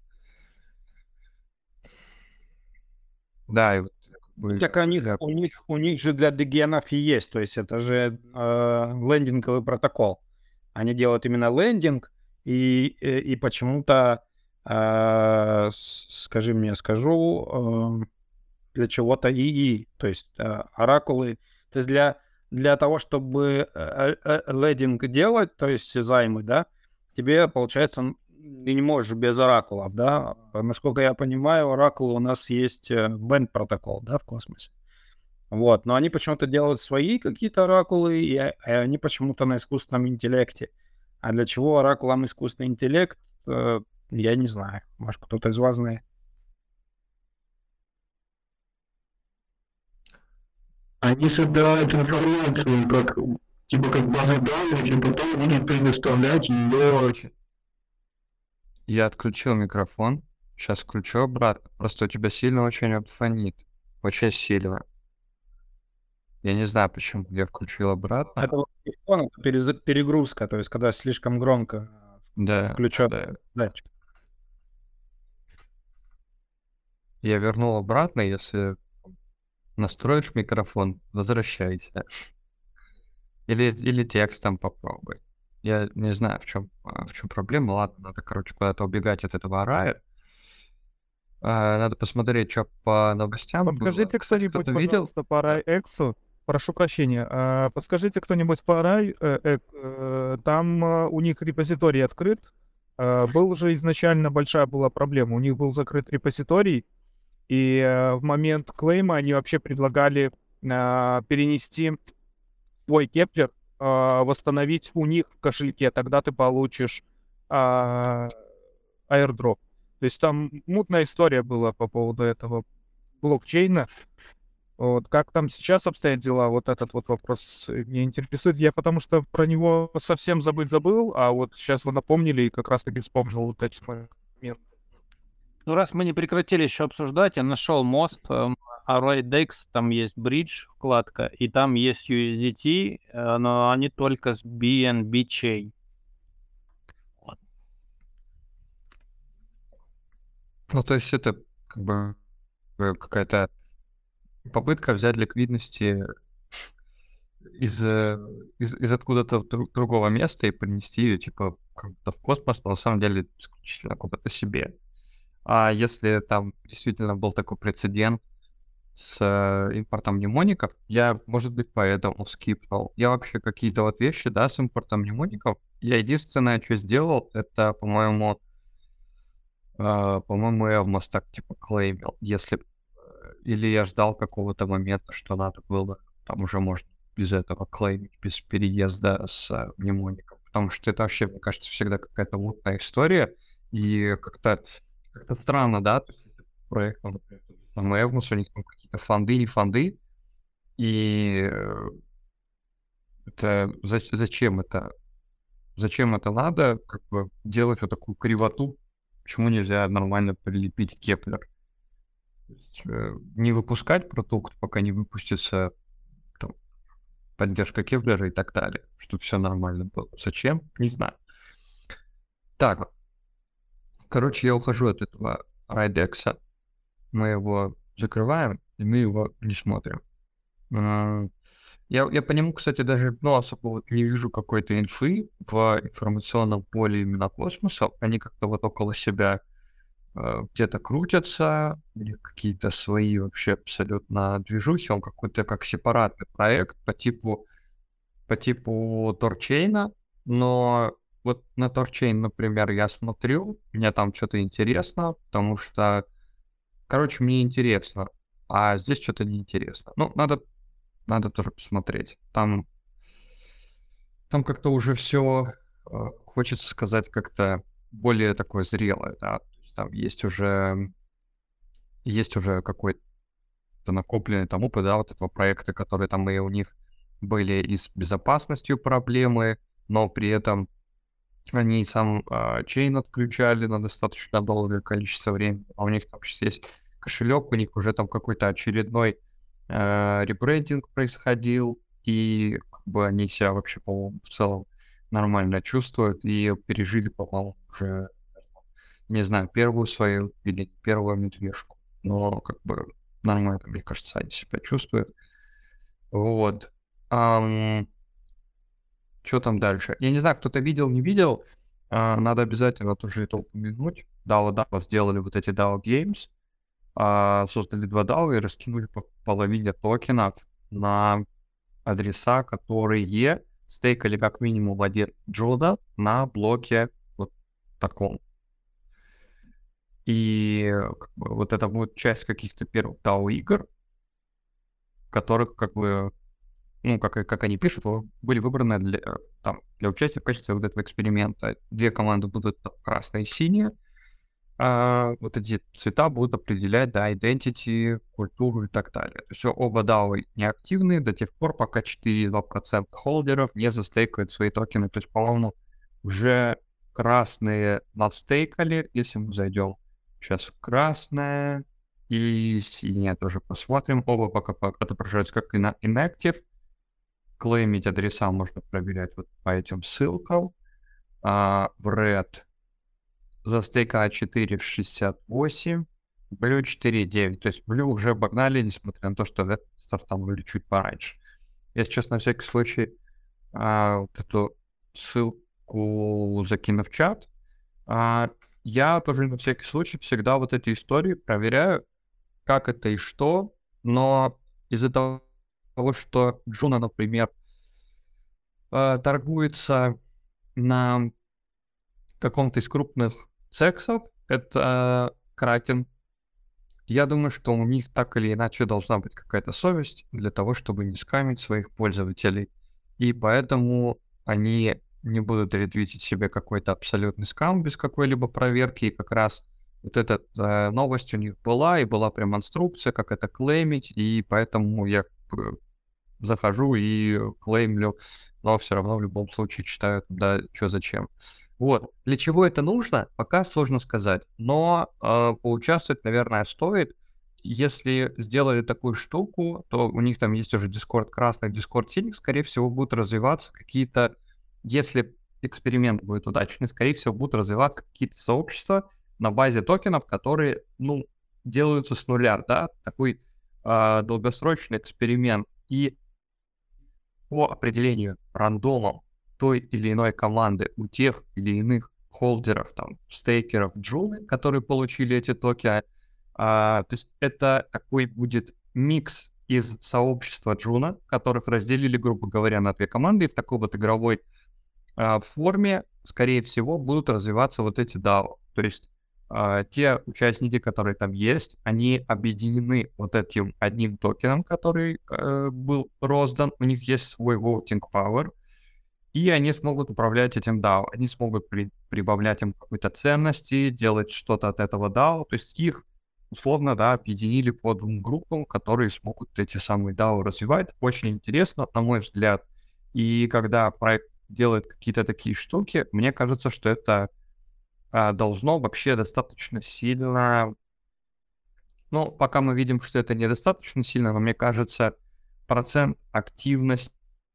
Speaker 1: Да, и вот как бы
Speaker 2: Так у них,
Speaker 1: я-
Speaker 2: у них, у них же для дегенов и есть, то есть это же э, лендинговый протокол. Они делают именно лендинг, и, и, и почему-то, э, с- скажи мне, скажу, э, для чего-то ИИ, то есть э, оракулы. То есть для, для того, чтобы э, э, лендинг делать, то есть займы, да, тебе, получается, н- ты не можешь без оракулов, да. А насколько я понимаю, оракулы у нас есть бенд протокол, да, в космосе. Вот, но они почему-то делают свои какие-то оракулы, и, а- и они почему-то на искусственном интеллекте. А для чего оракулам искусственный интеллект, э, я не знаю. Может, кто-то из вас знает.
Speaker 5: Они собирают информацию, как, типа как базы данных, и потом будут предоставлять ее.
Speaker 1: Короче, я отключил микрофон. Сейчас включу обратно. Просто у тебя сильно очень фонит. Очень сильно. Я не знаю, почему я включил обратно.
Speaker 2: Это вот телефон, это перез- перегрузка, то есть когда слишком громко
Speaker 1: Да,
Speaker 2: включен
Speaker 1: да.
Speaker 2: датчик.
Speaker 1: Я вернул обратно, если настроишь микрофон, возвращайся. Или, или текстом попробуй. Я не знаю, в чем, в чем проблема. Ладно, надо, короче, куда-то убегать от этого рая. А, надо посмотреть, что по новостям было.
Speaker 6: Подскажите
Speaker 1: Кстати,
Speaker 6: кто-нибудь,
Speaker 1: кто-то видел?
Speaker 6: пожалуйста, по RaiEx. Прошу прощения. а, Подскажите кто-нибудь по Rai. э, э, э, Там э, у них репозиторий открыт. Э, Был же изначально большая была проблема. У них был закрыт репозиторий, и э, в момент клейма они вообще предлагали э, перенести свой Кеплер, э, восстановить у них в кошельке. Тогда ты получишь а, airdrop. То есть там мутная история была по поводу этого блокчейна. Вот как там сейчас обстоят дела, вот этот вот вопрос меня интересует. Я потому что про него совсем забыть забыл, а вот сейчас вы напомнили и как раз-таки вспомнил вот эти моменты.
Speaker 2: Ну, раз мы не прекратили еще обсуждать, я нашел мост, эм, ArrayDex, там есть бридж вкладка, и там есть ю эс ди ти, э, но они только с би эн би Chain. Вот.
Speaker 1: Ну, то есть это как бы э, какая-то попытка взять ликвидности из, э, из, из откуда-то дру- другого места и принести ее, типа, как-то в космос, но на самом деле исключительно куда-то себе. А если там действительно был такой прецедент с э, импортом мнемоников, я, может быть, поэтому скипнул. Я вообще какие-то вот вещи, да, с импортом мнемоников, я единственное, что сделал, это, по-моему, э, по-моему, Эвмос так, типа, клеймил, если б, э, или я ждал какого-то момента, что надо было, там уже можно без этого клеймить, без переезда с э, мнемоником, потому что это вообще, мне кажется, всегда какая-то мутная история, и как-то как-то странно, да, то есть это проект, ну, например, тот же самый Эвмос, у них там какие-то фонды, не фонды, и э, это зач- зачем это? Зачем это надо, как бы делать вот такую кривоту? Почему нельзя нормально прилепить Кеплер? То есть, э, не выпускать продукт, пока не выпустится там, поддержка Кеплера и так далее, чтобы все нормально было. Зачем? Не знаю. Так, короче, я ухожу от этого райдекса. Мы его закрываем, и мы его не смотрим. А, Я, я по нему, кстати, даже ну, особо вот не вижу какой-то инфы в информационном поле именно космоса. Они как-то вот около себя э, где-то крутятся, у них какие-то свои вообще абсолютно движухи. Он какой-то как сепаратный проект по типу, по типу Торчейна, но вот на Торчейн, например, я смотрю, мне там что-то интересно, потому что, короче, мне интересно, а здесь что-то неинтересно. Ну, надо надо тоже посмотреть. Там, там как-то уже все, хочется сказать, как-то более такое зрелое, да. То есть там есть уже, есть уже какой-то накопленный там опыт, да, вот этого проекта, которые там и у них были и с безопасностью проблемы, но при этом они сам а, чейн отключали на достаточно долгое количество времени, а у них там сейчас есть кошелек, у них уже там какой-то очередной э, ребрендинг происходил, и как бы они себя вообще, по-моему, в целом нормально чувствуют и пережили, по-моему, уже, не знаю, первую свою или первую медвежку, но как бы нормально, мне кажется, они себя чувствуют. Вот. Что там дальше? Я не знаю, кто-то видел, не видел. А, надо обязательно тоже это упомянуть. дао дао сделали вот эти дао Games, а, создали два дао и раскинули по половине токенов на адреса, которые стейкали как минимум один джода на блоке вот таком. И как бы, вот это будет часть каких-то первых дао игр, в которых как бы ну, как, и- как они пишут, во- были выбраны для, э, там, для участия в качестве вот этого эксперимента. Две команды будут там, красная и синяя. А вот эти цвета будут определять, да, identity, культуру и так далее. То есть оба дао неактивные до тех пор, пока четыре целых два десятых процента холдеров не застейкают свои токены. То есть, по-моему, уже красные надстейкали, если мы зайдем сейчас в красное и синее тоже посмотрим. Оба пока по- отображаются как ина- inactive. Клеймить адреса можно проверять вот по этим ссылкам. А, в Red застейка четыре шестьдесят восемь, Blue четыре девять. То есть Blue уже обогнали, несмотря на то, что Red стартанули чуть пораньше. Я сейчас на всякий случай а, вот эту ссылку закину в чат. А, я тоже на всякий случай всегда вот эти истории проверяю, как это и что, но из-за того, что Джуна, например, э, торгуется на каком-то из крупных сексов, это Кракен, я думаю, что у них так или иначе должна быть какая-то совесть для того, чтобы не скамить своих пользователей. И поэтому они не будут ретвитить себе какой-то абсолютный скам без какой-либо проверки. И как раз вот эта э, новость у них была, и была прям инструкция, как это клеймить, и поэтому я э, захожу и клеймлю, но все равно в любом случае читаю туда, что зачем. Вот. Для чего это нужно, пока сложно сказать. Но э, поучаствовать, наверное, стоит. Если сделали такую штуку, то у них там есть уже Discord красный, Discord синий, скорее всего, будут развиваться какие-то, если эксперимент будет удачный, скорее всего, будут развиваться какие-то сообщества на базе токенов, которые, ну, делаются с нуля, да, такой э, долгосрочный эксперимент. И по определению рандомом той или иной команды у тех или иных холдеров, там, стейкеров Джуны, которые получили эти токены. А, то есть это такой будет микс из сообщества Джуна, которых разделили, грубо говоря, на две команды, и в такой вот игровой а, форме, скорее всего, будут развиваться вот эти дао. То есть а, те участники, которые там есть, они объединены вот этим одним токеном, который э, был роздан. У них есть свой voting power, и они смогут управлять этим дао. Они смогут при- прибавлять им какой-то ценности, делать что-то от этого дао. То есть их, условно, да, объединили по двум группам, которые смогут эти самые дао развивать. Очень интересно, на мой взгляд. И когда проект делает какие-то такие штуки, мне кажется, что это а, должно вообще достаточно сильно... Ну, пока мы видим, что это недостаточно сильно, но мне кажется, процент активности,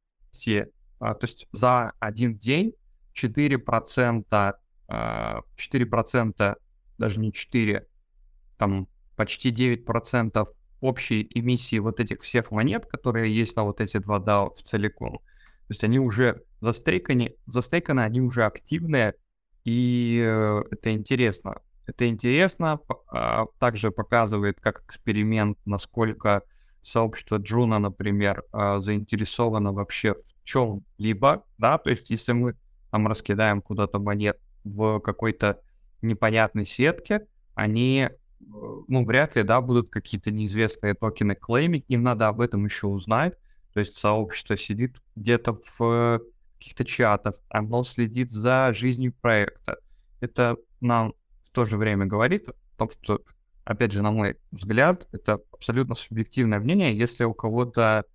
Speaker 1: а, то есть за один день четыре процента, а, четыре процента, даже не четыре, там почти девять процентов общей эмиссии вот этих всех монет, которые есть на вот эти два дао в целиком. То есть они уже застейканы, застейканы, они уже активные, и э, это интересно. Это интересно, п- а, также показывает как эксперимент, насколько сообщество Джуна, например, а, заинтересовано вообще в чем-либо, да, то есть если мы там раскидаем куда-то монет в какой-то непонятной сетке, они, э, ну, вряд ли, да, будут какие-то неизвестные токены клеймить, им надо об этом еще узнать, то есть сообщество сидит где-то в э, каких-то чатах, оно следит за жизнью проекта. Это нам в то же время говорит о том, что, опять же, на мой взгляд, это абсолютно субъективное мнение. Если у кого-то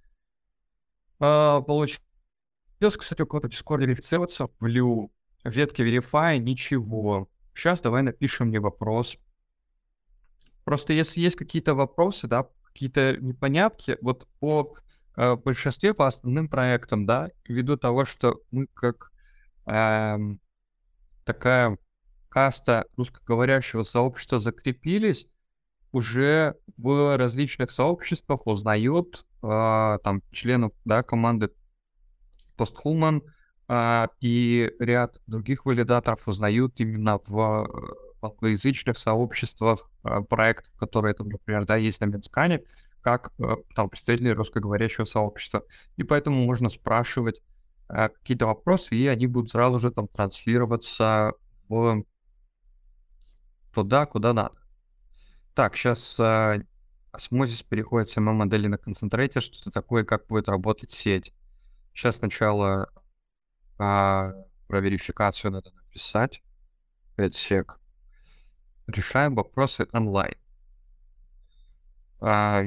Speaker 1: э, получилось, кстати, у кого-то в Discord верифицироваться в Blue ветке Verify, ничего. Сейчас давай напишем мне вопрос. Просто если есть какие-то вопросы, да, какие-то непонятки, вот по э, большинстве, по основным проектам, да, ввиду того, что мы как эм, такая каста русскоговорящего сообщества закрепились, уже в различных сообществах узнают э, там членов, да, команды Posthuman а, и ряд других валидаторов узнают именно в, в англоязычных сообществах а, проектов, которые там, например, да, есть на Минскане, как а, там представители русскоговорящего сообщества. И поэтому можно спрашивать а, какие-то вопросы, и они будут сразу же там транслироваться в туда, куда надо. Так, сейчас а, Osmosis переходит с эм эм-модели на Concentrator, что-то такое, как будет работать сеть. Сейчас сначала а, про верификацию надо написать. пять сек. Решаем вопросы онлайн. А,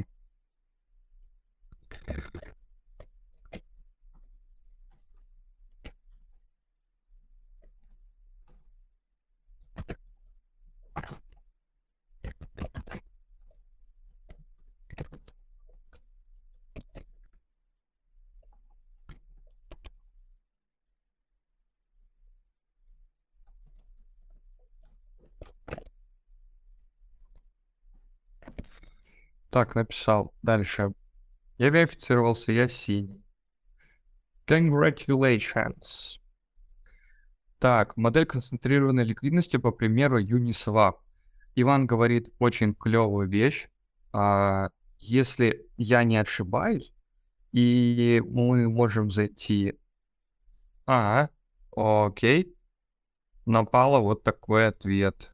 Speaker 1: так, написал. Дальше. Я верифицировался, я синий. Congratulations. Так, модель концентрированной ликвидности по примеру Uniswap. Иван говорит очень клевую вещь. А, если я не ошибаюсь, и мы можем зайти... А, окей. Напало вот такой ответ.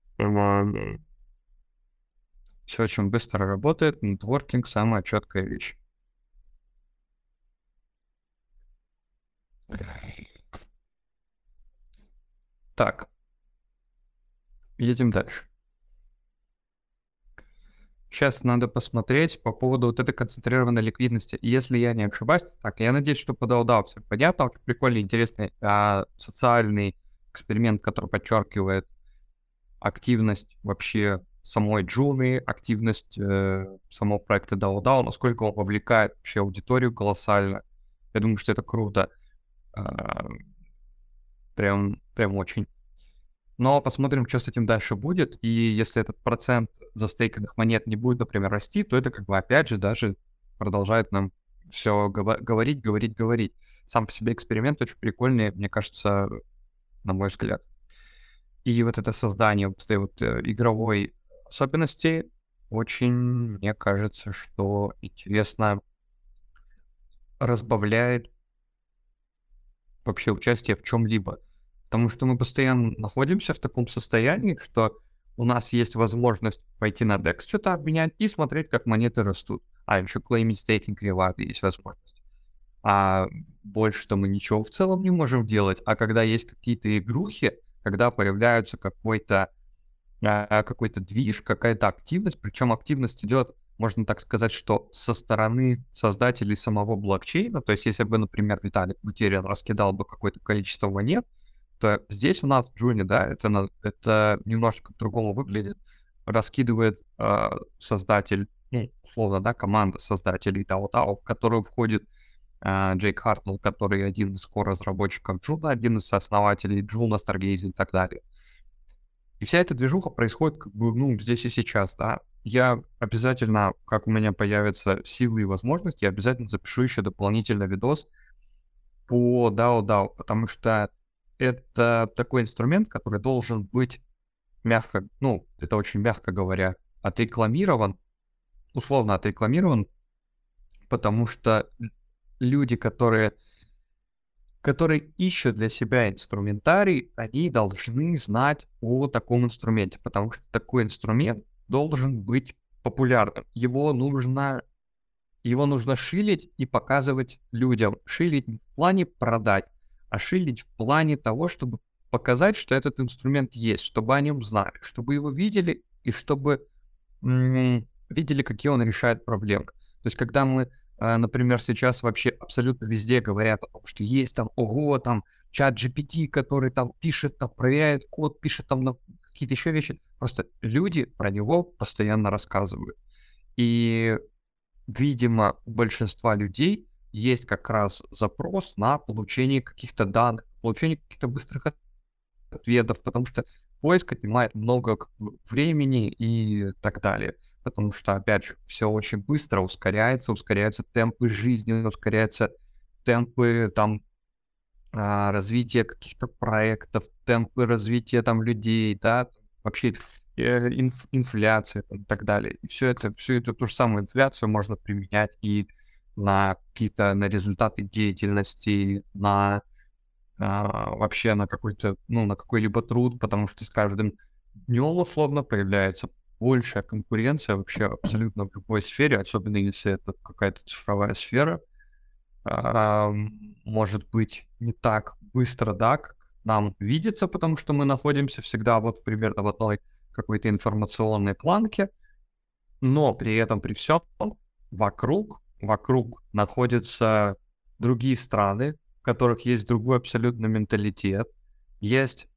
Speaker 1: Все очень быстро работает. Нетворкинг — самая четкая вещь. Так. Едем дальше. Сейчас надо посмотреть по поводу вот этой концентрированной ликвидности. Если я не ошибаюсь, так, я надеюсь, что подал да, все понятно. Очень прикольный, интересный а, социальный эксперимент, который подчеркивает активность вообще самой Джуны, активность э, самого проекта дао дао, насколько он вовлекает вообще аудиторию колоссально. Я думаю, что это круто. А, прям, прям очень. Но посмотрим, что с этим дальше будет. И если этот процент застейканных монет не будет, например, расти, то это как бы опять же даже продолжает нам все говорить, говорить, говорить. Сам по себе эксперимент очень прикольный, мне кажется, на мой взгляд. И вот это создание вот этой вот э, игровой особенности очень, мне кажется, что интересно разбавляет вообще участие в чем-либо. Потому что мы постоянно находимся в таком состоянии, что у нас есть возможность пойти на декс, что-то обменять и смотреть, как монеты растут. А еще claiming staking реварды есть возможность. А больше-то мы ничего в целом не можем делать. А когда есть какие-то игрухи, когда появляются какой-то а, какой-то движ, какая-то активность, причем активность идет, можно так сказать, что со стороны создателей самого блокчейна. То есть если бы, например, Виталик Бутерин раскидал бы какое-то количество монет, то здесь у нас в Джуне, да, это, на, это немножко по-другому выглядит. Раскидывает э, создатель, ну, условно, да, команда создателей дао дао, в которую входит э, Джейк Хартнелл, который один из ко-разработчиков Джуна, один из сооснователей Джуна, Stargaze и так далее. И вся эта движуха происходит как бы, ну, здесь и сейчас, да. Я обязательно, как у меня появятся силы и возможности, я обязательно запишу еще дополнительно видос по дао дао, потому что это такой инструмент, который должен быть мягко, ну, это очень мягко говоря, отрекламирован, условно отрекламирован, потому что люди, которые, которые ищут для себя инструментарий, они должны знать о таком инструменте, потому что такой инструмент должен быть популярным. Его нужно, его нужно шилить и показывать людям. Шилить не в плане продать, а шилить в плане того, чтобы показать, что этот инструмент есть, чтобы о нем знали, чтобы его видели и чтобы м- видели, какие он решает проблемы. То есть, когда мы, э, например, сейчас вообще абсолютно везде говорят о том, что есть там, ого, там, чат джи пи ти, который там пишет, там, проверяет код, пишет там на какие-то еще вещи, просто люди про него постоянно рассказывают. И, видимо, у большинства людей есть как раз запрос на получение каких-то данных, получение каких-то быстрых ответов, потому что поиск отнимает много как бы времени и так далее. Потому что, опять же, все очень быстро ускоряется, ускоряются темпы жизни, ускоряются темпы там а, развития каких-то проектов, темпы развития там людей, да, вообще э, инф- инфляция там, и так далее. И все это, всю эту ту же самую инфляцию можно применять и на какие-то, на результаты деятельности, на а, вообще на какой-то, ну, на какой-либо труд, потому что с каждым днем условно появляется большая конкуренция вообще абсолютно в любой сфере, особенно если это какая-то цифровая сфера. А, может быть не так быстро, да, как нам видится, потому что мы находимся всегда вот примерно в одной какой-то информационной планке, но при этом, при всем, вокруг, вокруг находятся другие страны, в которых есть другой абсолютно менталитет. Есть,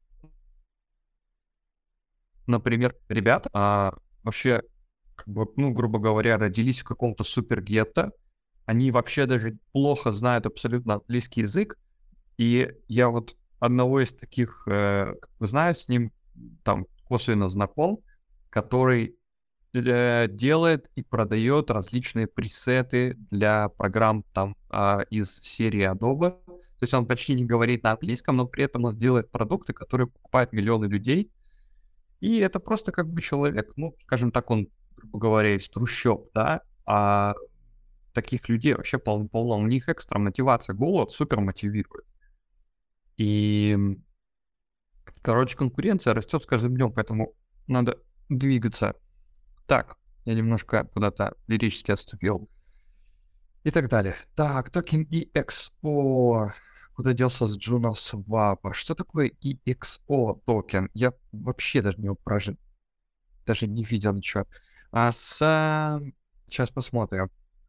Speaker 1: например, ребята, а, вообще, как бы, ну, грубо говоря, родились в каком-то супер-гетто, они вообще даже плохо знают абсолютно английский язык, и я вот одного из таких, э, как бы знаю, с ним там косвенно знаком, который э, делает и продает различные пресеты для программ там а, из серии Adobe. То есть он почти не говорит на английском, но при этом он делает продукты, которые покупают миллионы людей. И это просто как бы человек, ну, скажем так, он, грубо говоря, из трущоб, да, а таких людей вообще полно-полно. У них экстра мотивация, голод супер мотивирует. И, м, короче, конкуренция растет с каждым днем, поэтому надо двигаться. Так, я немножко куда-то лирически отступил. И так далее. Так, токен и экс о. Куда делся с Juno Swap? Что такое и экс о токен? Я вообще даже не упражен, даже не видел ничего. А с... Сейчас посмотрим.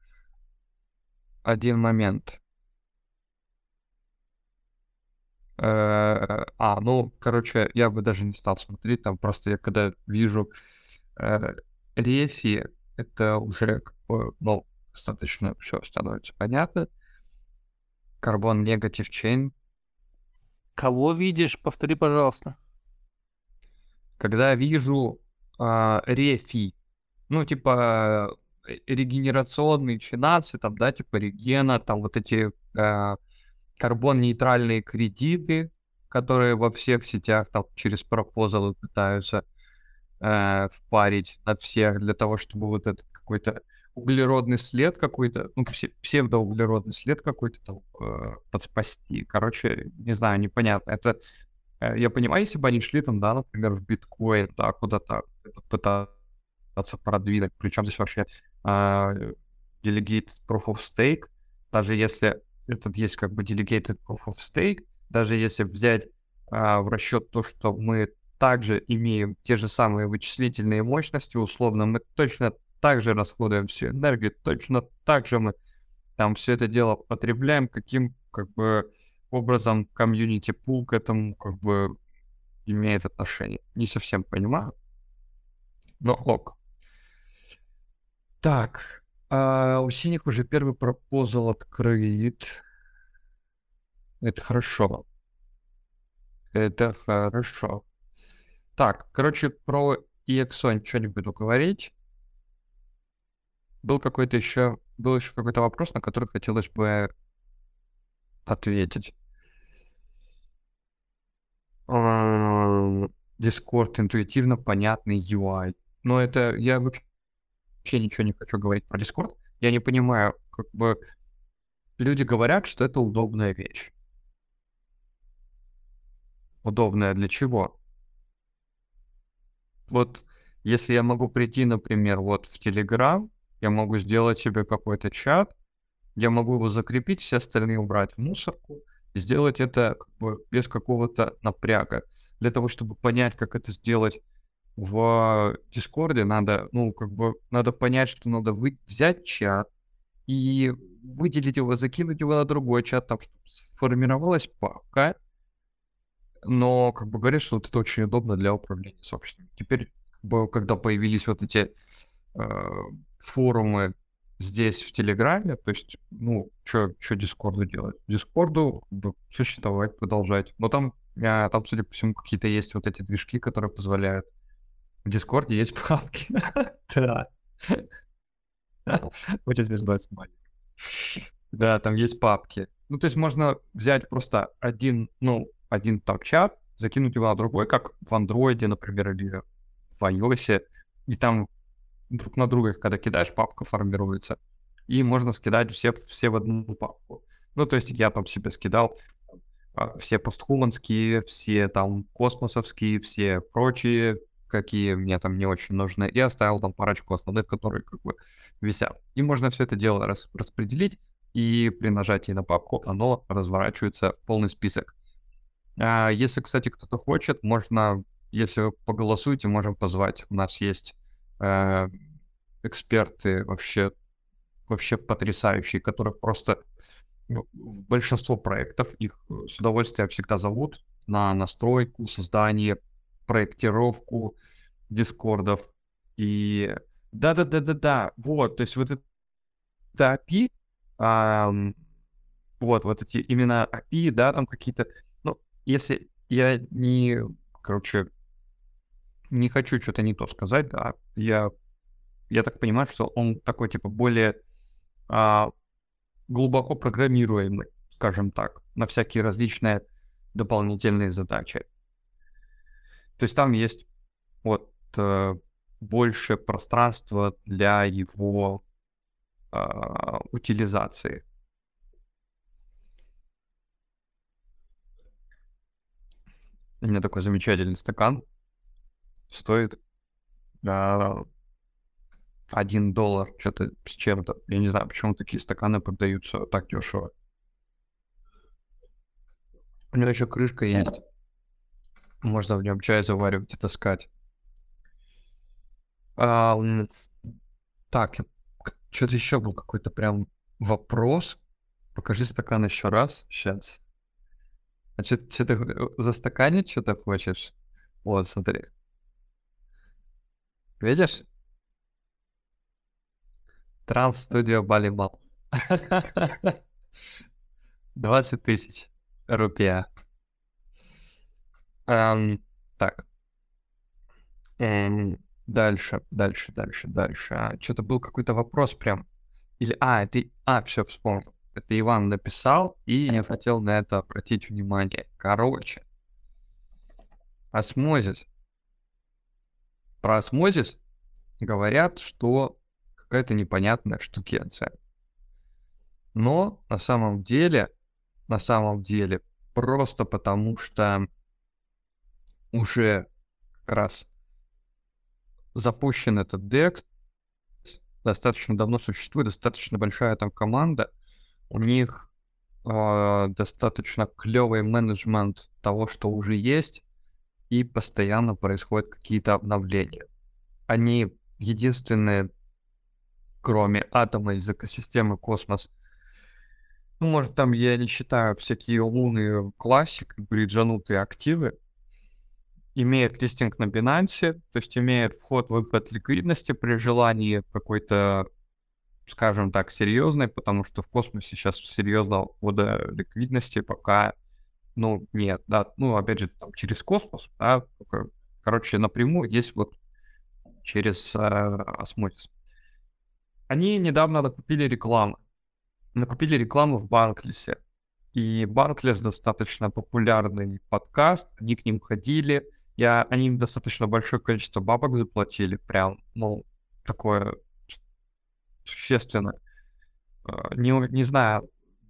Speaker 1: Один момент. Э, А, ну, короче, я бы даже не стал смотреть, там просто я когда вижу э, рефи, это уже как бы, ну, достаточно все становится понятно. Carbon Negative Chain.
Speaker 7: Кого видишь? Повтори, пожалуйста.
Speaker 1: Когда вижу а, рефи, ну, типа э, регенерационные чинации, там, да, типа регена, там вот эти а, карбон-нейтральные кредиты, которые во всех сетях там через пропозалы пытаются э, впарить на всех для того, чтобы вот этот какой-то углеродный след какой-то, ну, псе- псевдоуглеродный след какой-то там э, подспасти. Короче, не знаю, непонятно. Это, э, я понимаю, если бы они шли там, да, например, в биткоин, да, куда-то это пытаться продвинуть, причем здесь вообще э, delegated proof of stake, даже если этот есть как бы delegated proof of stake, даже если взять а, в расчет то, что мы также имеем те же самые вычислительные мощности, условно, мы точно так же расходуем всю энергию, точно так же мы там все это дело потребляем, каким как бы образом комьюнити пул к этому как бы имеет отношение. Не совсем понимаю, но ок. Так, а у синих уже первый пропозал открыт. Это хорошо. Это хорошо. Так, короче, про и экс о ничего не буду говорить. Был какой-то еще, был еще какой-то вопрос, на который хотелось бы ответить. Ам, Discord интуитивно понятный ю ай. Но это я вообще ничего не хочу говорить про Discord. Я не понимаю, как бы люди говорят, что это удобная вещь. Удобная для чего? Вот если я могу прийти, например, вот в Telegram, я могу сделать себе какой-то чат, я могу его закрепить, все остальные убрать в мусорку, и сделать это как бы без какого-то напряга. Для того, чтобы понять, как это сделать в Дискорде, надо, ну, как бы, надо понять, что надо вы- взять чат и выделить его, закинуть его на другой чат, там, чтобы сформировалась папка, но, как бы, говорят, что вот это очень удобно для управления сообществом. Теперь, как бы, когда появились вот эти э, форумы здесь, в Телеграме, то есть, ну, что Дискорду делать? Дискорду как бы существовать, продолжать. Но там, а, там, судя по всему, какие-то есть вот эти движки, которые позволяют. В Дискорде есть папки. Да. Очень смешно смотреть. Да, там есть папки. Ну, то есть можно взять просто один, ну, один там чат, закинуть его на другой, как в андроиде, например, или в iOS, и там друг на друга их, когда кидаешь, папка формируется. И можно скидать все, все в одну папку. Ну, то есть я там себе скидал а, все постхуманские, все там космосовские, все прочие, какие мне там не очень нужны. И оставил там парочку основных, которые как бы висят. И можно все это дело рас- распределить, и при нажатии на папку оно разворачивается в полный список. А, если, кстати, кто-то хочет, можно, если вы поголосуете, можем позвать. У нас есть э, эксперты вообще, вообще потрясающие, которых просто ну, в большинство проектов их э, с удовольствием всегда зовут на настройку, создание, проектировку дискордов. И да-да-да-да-да, вот, то есть вот это эй пи ай, ам, вот, вот эти именно эй пи ай, да, там какие-то, ну, если я не, короче, не хочу что-то не то сказать, да, я я так понимаю, что он такой, типа, более а, глубоко программируемый, скажем так, на всякие различные дополнительные задачи. То есть там есть вот э, больше пространства для его а, утилизации. У меня такой замечательный стакан. Стоит а, один доллар, что-то с чем-то. Я не знаю, почему такие стаканы продаются так дешево. У него еще крышка есть. Можно в нем чай заваривать и таскать. А, м, так, что-то еще был какой-то прям вопрос. Покажи стакан еще раз. Сейчас. А что ты застаканить что-то хочешь? Вот, смотри. Видишь? Транс-студио Балимал. двадцать тысяч рупия. Эм, так. Эм, дальше, дальше, дальше, дальше. А, что-то был какой-то вопрос прям. Или, а, это... А, все, вспомнил. Это Иван написал, и я хотел на это обратить внимание. Короче. Осмозис. Про осмозис говорят, что какая-то непонятная штукенция. Но на самом деле, на самом деле, просто потому что уже как раз запущен этот декс, достаточно давно существует, достаточно большая там команда, у них э, достаточно клевый менеджмент того, что уже есть, и постоянно происходят какие-то обновления. Они единственные, кроме атома из экосистемы космос, ну, может, там я не считаю всякие луны классик, бриджанутые активы, имеет листинг на Binance, то есть имеет вход-выход ликвидности при желании какой-то, скажем так, серьезной, потому что в космосе сейчас серьезного входа ликвидности пока, ну, нет, да, ну, опять же, там, через космос, да, короче, напрямую есть вот через э, осмотис. Они недавно накупили рекламу, накупили рекламу в Банклесе, и Банклес достаточно популярный подкаст, они к ним ходили, я, они им достаточно большое количество бабок заплатили, прям, ну, такое существенно. Не, не знаю,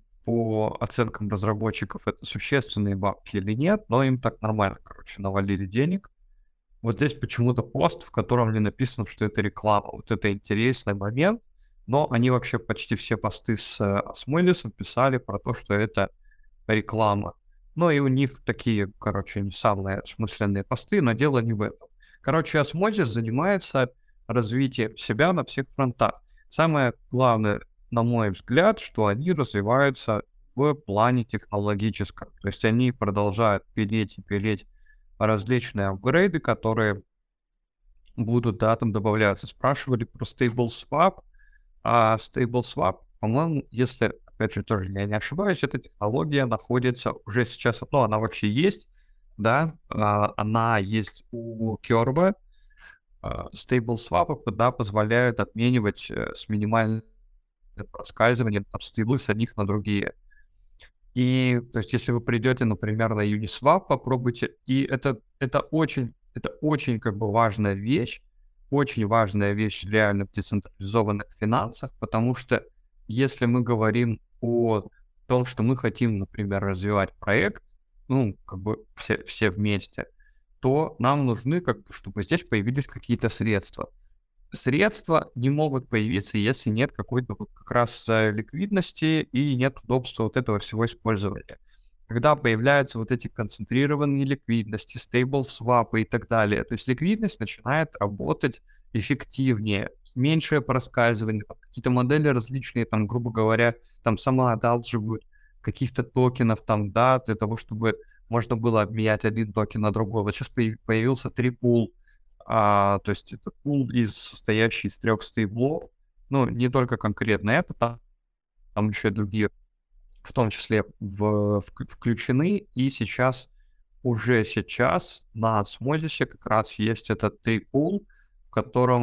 Speaker 1: по оценкам разработчиков это существенные бабки или нет, но им так нормально, короче, навалили денег. Вот здесь почему-то пост, в котором не написано, что это реклама. Вот это интересный момент, но они вообще почти все посты с Осмолисом писали про то, что это реклама. Ну и у них такие, короче, не самые осмысленные посты, но дело не в этом. Короче, Осмозис занимается развитием себя на всех фронтах. Самое главное, на мой взгляд, что они развиваются в плане технологическом. То есть они продолжают пилить и пилить различные апгрейды, которые будут, да, там добавляться. Спрашивали про StableSwap. А StableSwap, по-моему, если, опять же, тоже я не ошибаюсь, эта технология находится уже сейчас, ну, она вообще есть, да, а, она есть у Curve. StableSwap, да, позволяют обменивать э, с минимальным проскальзыванием там стейблы с одних на другие. И, то есть, если вы придете, например, на Uniswap, попробуйте, и это, это очень, это очень, как бы, важная вещь, очень важная вещь реально в децентрализованных финансах, потому что если мы говорим о том, что мы хотим, например, развивать проект, ну, как бы все, все вместе, то нам нужны, как бы, чтобы здесь появились какие-то средства. Средства не могут появиться, если нет какой-то вот как раз ликвидности и нет удобства вот этого всего использования. Когда появляются вот эти концентрированные ликвидности, стейбл-свапы и так далее, то есть ликвидность начинает работать эффективнее, меньшее проскальзывание, какие-то модели различные, там, грубо говоря, там самоодалживают каких-то токенов, там, да, для того, чтобы можно было обменять один токен на другой. Вот сейчас появился трипул, а, то есть это пул, из, состоящий из трех стейблов, ну, не только конкретно это, там, там еще и другие, в том числе в, в, включены, и сейчас, уже сейчас на Осмозисе как раз есть этот трипул, в котором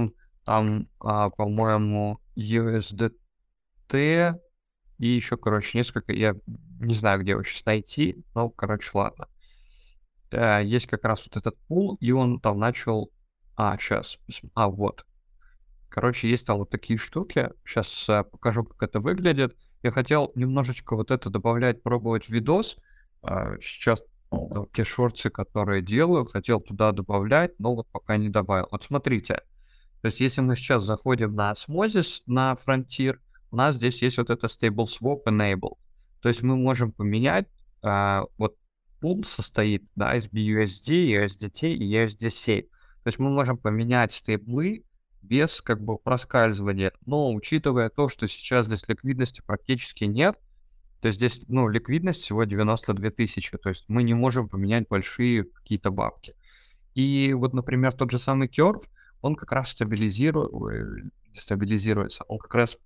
Speaker 1: там, а, по-моему, ю эс ди ти и еще, короче, несколько, я не знаю, где его сейчас найти, но, короче, ладно. Э, Есть как раз вот этот пул, и он там начал... А, сейчас, а, вот. Короче, есть там вот такие штуки. Сейчас покажу, как это выглядит. Я хотел немножечко вот это добавлять, пробовать в видос. А, Сейчас ну, те шорты, которые делаю, хотел туда добавлять, но вот пока не добавил. Вот смотрите. То есть если мы сейчас заходим на Osmosis, на Frontier, у нас здесь есть вот это Stable Swap Enable. То есть мы можем поменять, а, вот пул состоит, да, из би ю эс ди, ю эс ди ти и ю эс ди си. То есть мы можем поменять стейблы без как бы проскальзывания. Но учитывая то, что сейчас здесь ликвидности практически нет, то есть здесь, ну, ликвидность всего девяносто две тысячи, то есть мы не можем поменять большие какие-то бабки. И вот, например, тот же самый Curve, он как раз стабилизирует, ой, не стабилизируется, он как раз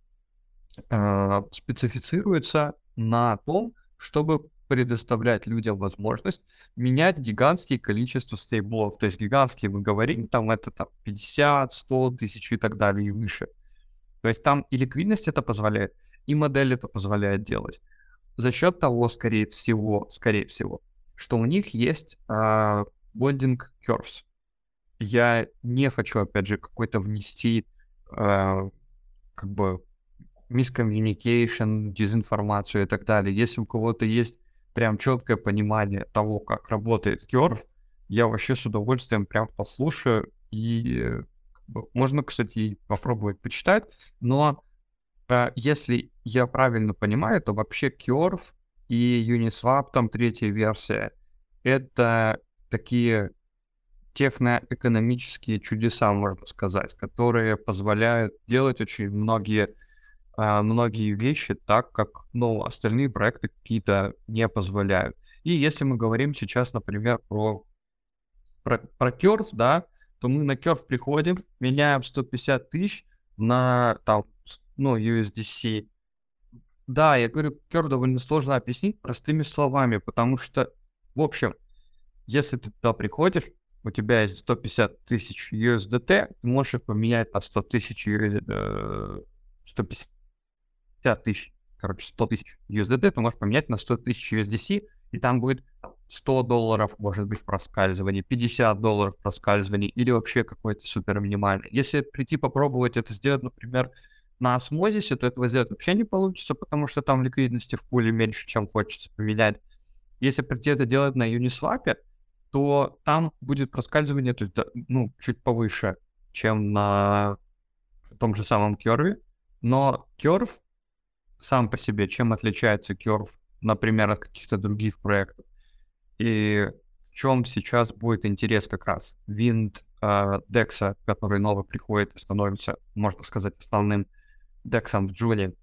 Speaker 1: э, специфицируется на том, чтобы предоставлять людям возможность менять гигантские количество стейблов. То есть гигантские мы говорим, там это там пятьдесят, сто тысяч и так далее и выше. То есть там и ликвидность это позволяет, и модель это позволяет делать. За счет того, скорее всего, скорее всего, что у них есть э, bonding curves. Я не хочу, опять же, какой-то внести э, как бы miscommunication, дезинформацию и так далее. Если у кого-то есть прям четкое понимание того, как работает curve, я вообще с удовольствием прям послушаю. И э, как бы, можно, кстати, и попробовать почитать. Но э, если я правильно понимаю, то вообще curve и Uniswap, там третья версия, это такие техноэкономические чудеса, можно сказать, которые позволяют делать очень многие, а, многие вещи так, как, ну, остальные проекты какие-то не позволяют. И если мы говорим сейчас, например, про, про, про Curve, да, то мы на Curve приходим, меняем сто пятьдесят тысяч на, там, с- ну, ю эс ди си. Да, я говорю, Curve довольно сложно объяснить простыми словами, потому что, в общем, если ты туда приходишь, у тебя есть сто пятьдесят тысяч ю эс ди ти, ты можешь их поменять на сто тысяч, ю эс ди, э, сто пятьдесят тысяч, короче, сто тысяч ю эс ди ти, ты можешь поменять на сто тысяч ю эс ди си, и там будет сто долларов, может быть, проскальзывание, пятьдесят долларов проскальзывание, или вообще какое-то супер минимальное. Если прийти попробовать это сделать, например, на осмозисе, то этого сделать вообще не получится, потому что там ликвидности в пуле меньше, чем хочется поменять. Если прийти это делать на Uniswap, то там будет проскальзывание, то есть, да, ну, чуть повыше, чем на том же самом Curve. Но Curve сам по себе, чем отличается Curve, например, от каких-то других проектов, и в чем сейчас будет интерес как раз Wind, э, Dex, который новый приходит и становится, можно сказать, основным Дексом в Джуне.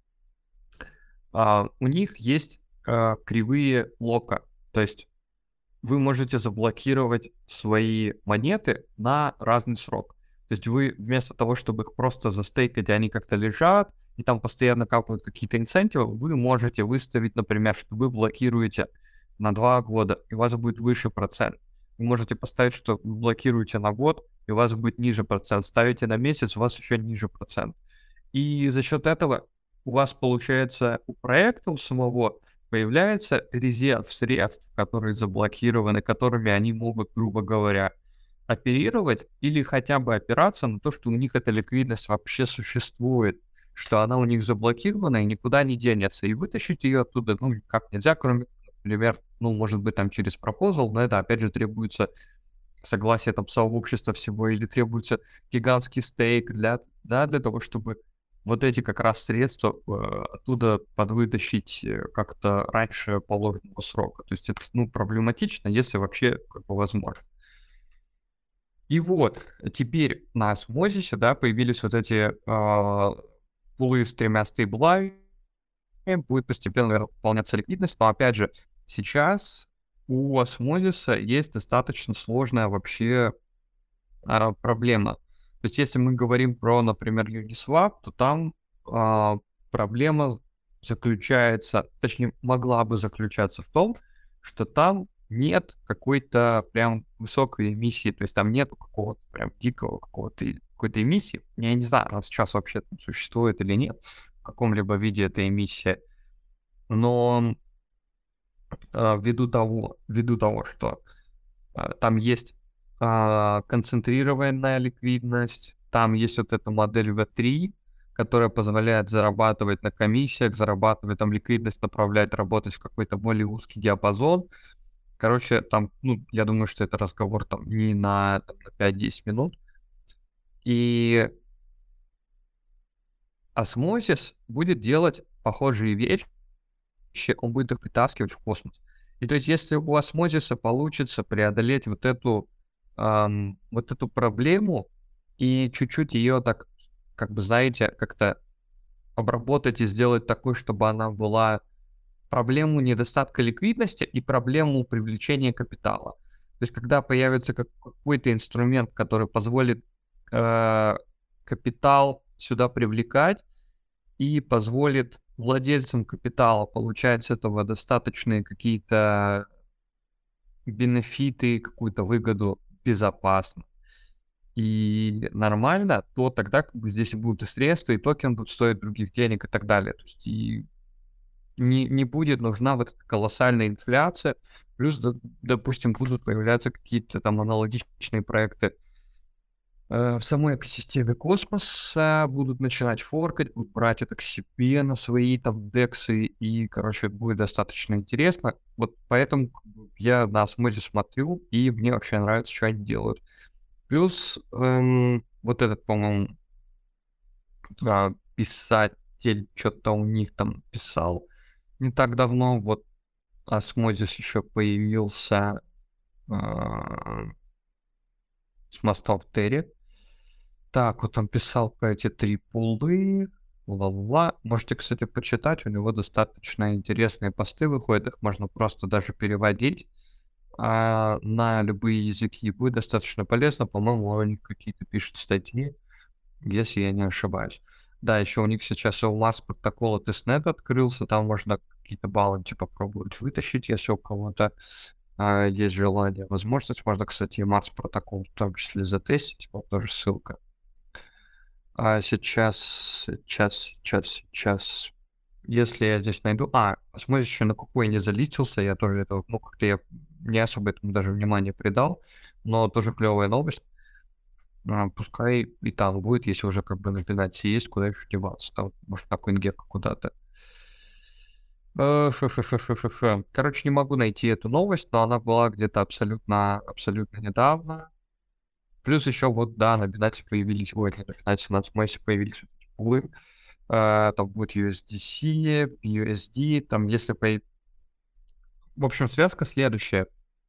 Speaker 1: А, у них есть а, кривые лока, то есть вы можете заблокировать свои монеты на разный срок. То есть вы вместо того, чтобы их просто застейкать, и они как-то лежат, и там постоянно капают какие-то инцентивы, вы можете выставить, например, что вы блокируете на два года, и у вас будет выше процент. Вы можете поставить, что вы блокируете на год, и у вас будет ниже процент. Ставите на месяц, у вас еще ниже процент. И за счет этого у вас получается у проекта у самого появляется резерв средств, которые заблокированы, которыми они могут, грубо говоря, оперировать или хотя бы опираться на то, что у них эта ликвидность вообще существует, что она у них заблокирована и никуда не денется. И вытащить ее оттуда, ну, как нельзя, кроме, например, ну, может быть, там через пропозал, но это, опять же, требуется согласие там сообщества всего, или требуется гигантский стейк для, да, для того, чтобы вот эти как раз средства э, оттуда подвытащить э, как-то раньше положенного срока. То есть это, ну, проблематично, если вообще как бы возможно. И вот, теперь на осмозисе, да, появились вот эти э, пулы с тремя стейблами, будет постепенно, наверное, выполняться ликвидность, но, опять же, сейчас у осмозиса есть достаточно сложная вообще э, проблема. То есть если мы говорим про, например, Uniswap, то там э, проблема заключается, точнее, могла бы заключаться в том, что там нет какой-то прям высокой эмиссии, то есть там нету какого-то прям дикого какого-то какой-то эмиссии. Я не знаю, она сейчас вообще там существует или нет, в каком-либо виде эта эмиссия. Но а, ввиду того, ввиду того, что а, там есть а, концентрированная ликвидность, там есть вот эта модель ви три, которая позволяет зарабатывать на комиссиях, зарабатывать там ликвидность, направлять, работать в какой-то более узкий диапазон. Короче, там, ну, я думаю, что это разговор там не на, там, на пять-десять минут. И осмозис будет делать похожие вещи, он будет их притаскивать в космос. И то есть, если у осмозиса получится преодолеть вот эту, ам, вот эту проблему и чуть-чуть ее так, как бы, знаете, как-то обработать и сделать такой, чтобы она была проблему недостатка ликвидности и проблему привлечения капитала. То есть, когда появится как, какой-то инструмент, который позволит э, капитал сюда привлекать и позволит владельцам капитала получать с этого достаточные какие-то бенефиты, какую-то выгоду безопасно и нормально, то тогда как бы здесь будут и средства, и токен будут стоить других денег и так далее. То есть и не, не будет нужна вот эта колоссальная инфляция, плюс, д- допустим, будут появляться какие-то там аналогичные проекты э, в самой экосистеме космоса, будут начинать форкать, будут брать это к себе на свои там дексы, и, короче, будет достаточно интересно. Вот поэтому как бы, я на осмотре смотрю, и мне вообще нравится, что они делают. Плюс эм, вот этот, по-моему, а, писатель что-то у них там писал не так давно, вот осмозис еще появился а, с мостов Терри. Так, вот он писал про эти три пулы, ла-ла. Можете, кстати, почитать, у него достаточно интересные посты выходят, их можно просто даже переводить а, на любые языки, будет достаточно полезно, по-моему, у них какие-то пишут статьи, если я не ошибаюсь. Да, еще у них сейчас у Марс протокола тестнет открылся, там можно какие-то балансы попробовать вытащить, если у кого-то а, есть желание, возможность. Можно, кстати, и Марс протокол в том числе затестить, вот тоже ссылка. А сейчас, сейчас, сейчас, сейчас, если я здесь найду... А, посмотрите, еще на какой не залистился, я тоже это, ну, как-то я не особо этому даже внимания придал, но тоже клевая новость. А, пускай и там будет, если уже как бы на пенальти есть, куда еще деваться. Там, может, на CoinGecko куда-то. Э, фу-фу-фу-фу-фу-фу. Короче, не могу найти эту новость, но она была где-то абсолютно, абсолютно недавно. Плюс еще вот, да, на Binance появились, ой, не на Binance, на Osmosis появились вот эти пулы. Э, там будет ю эс ди си, ю эс ди, там если... По... В общем, связка следующая.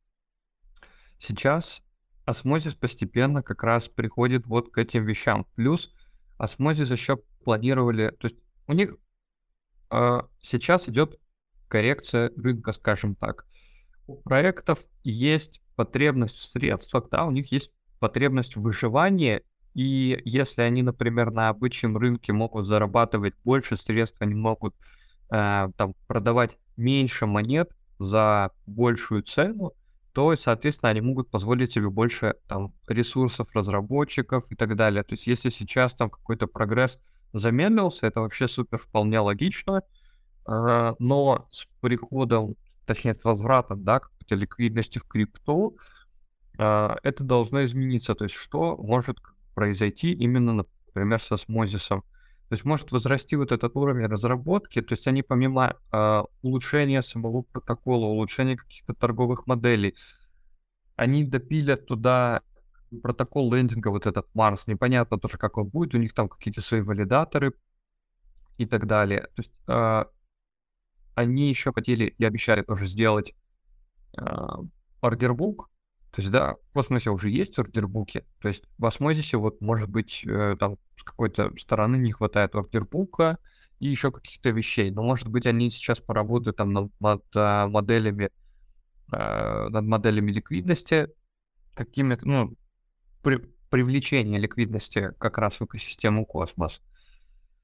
Speaker 1: Сейчас осмозис постепенно как раз приходит вот к этим вещам. Плюс осмозис еще планировали... То есть у них э, сейчас идет коррекция рынка, скажем так. У проектов есть потребность в средствах, да, у них есть потребность в выживании, и если они, например, на обычном рынке могут зарабатывать больше средств, они могут э, там продавать меньше монет за большую цену, то, соответственно, они могут позволить себе больше там ресурсов разработчиков и так далее. То есть, если сейчас там какой-то прогресс замедлился, это вообще супер вполне логично, э, но с приходом, точнее, с возвратом, да, какой-то ликвидности в крипту, э, это должно измениться. То есть, что может произойти именно, например, с осмозисом? То есть, может возрасти вот этот уровень разработки, то есть они помимо э, улучшения самого протокола, улучшения каких-то торговых моделей, они допилят туда протокол лендинга, вот этот Марс, непонятно тоже, как он будет, у них там какие-то свои валидаторы и так далее. То есть э, они еще хотели и обещали тоже сделать э, ордербук. То есть, да, в космосе уже есть ордербуки. То есть в осмозисе вот, может быть, э, там с какой-то стороны не хватает ордербука и еще каких-то вещей. Но, может быть, они сейчас поработают там над, над а, моделями, э, над моделями ликвидности, какими-то, ну, при, привлечение ликвидности как раз в экосистему космос.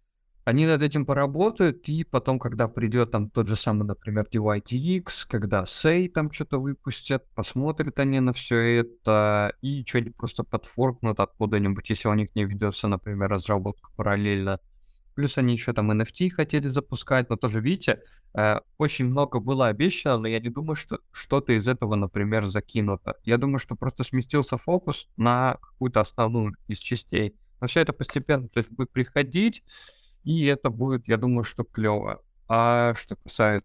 Speaker 1: они над этим поработают, и потом, когда придет там тот же самый, например, ди вай ди экс, когда сей там что-то выпустят, посмотрят они на все это и что-нибудь просто подфоркнут откуда-нибудь, если у них не ведется, например, разработка параллельно. Плюс они еще там эн эф ти хотели запускать, но тоже, видите, э, очень много было обещано, но я не думаю, что что-то из этого, например, закинуто. Я думаю, что просто сместился фокус на какую-то основную из частей. Но все это постепенно, то есть будет приходить, и это будет, я думаю, что клево. А что касается,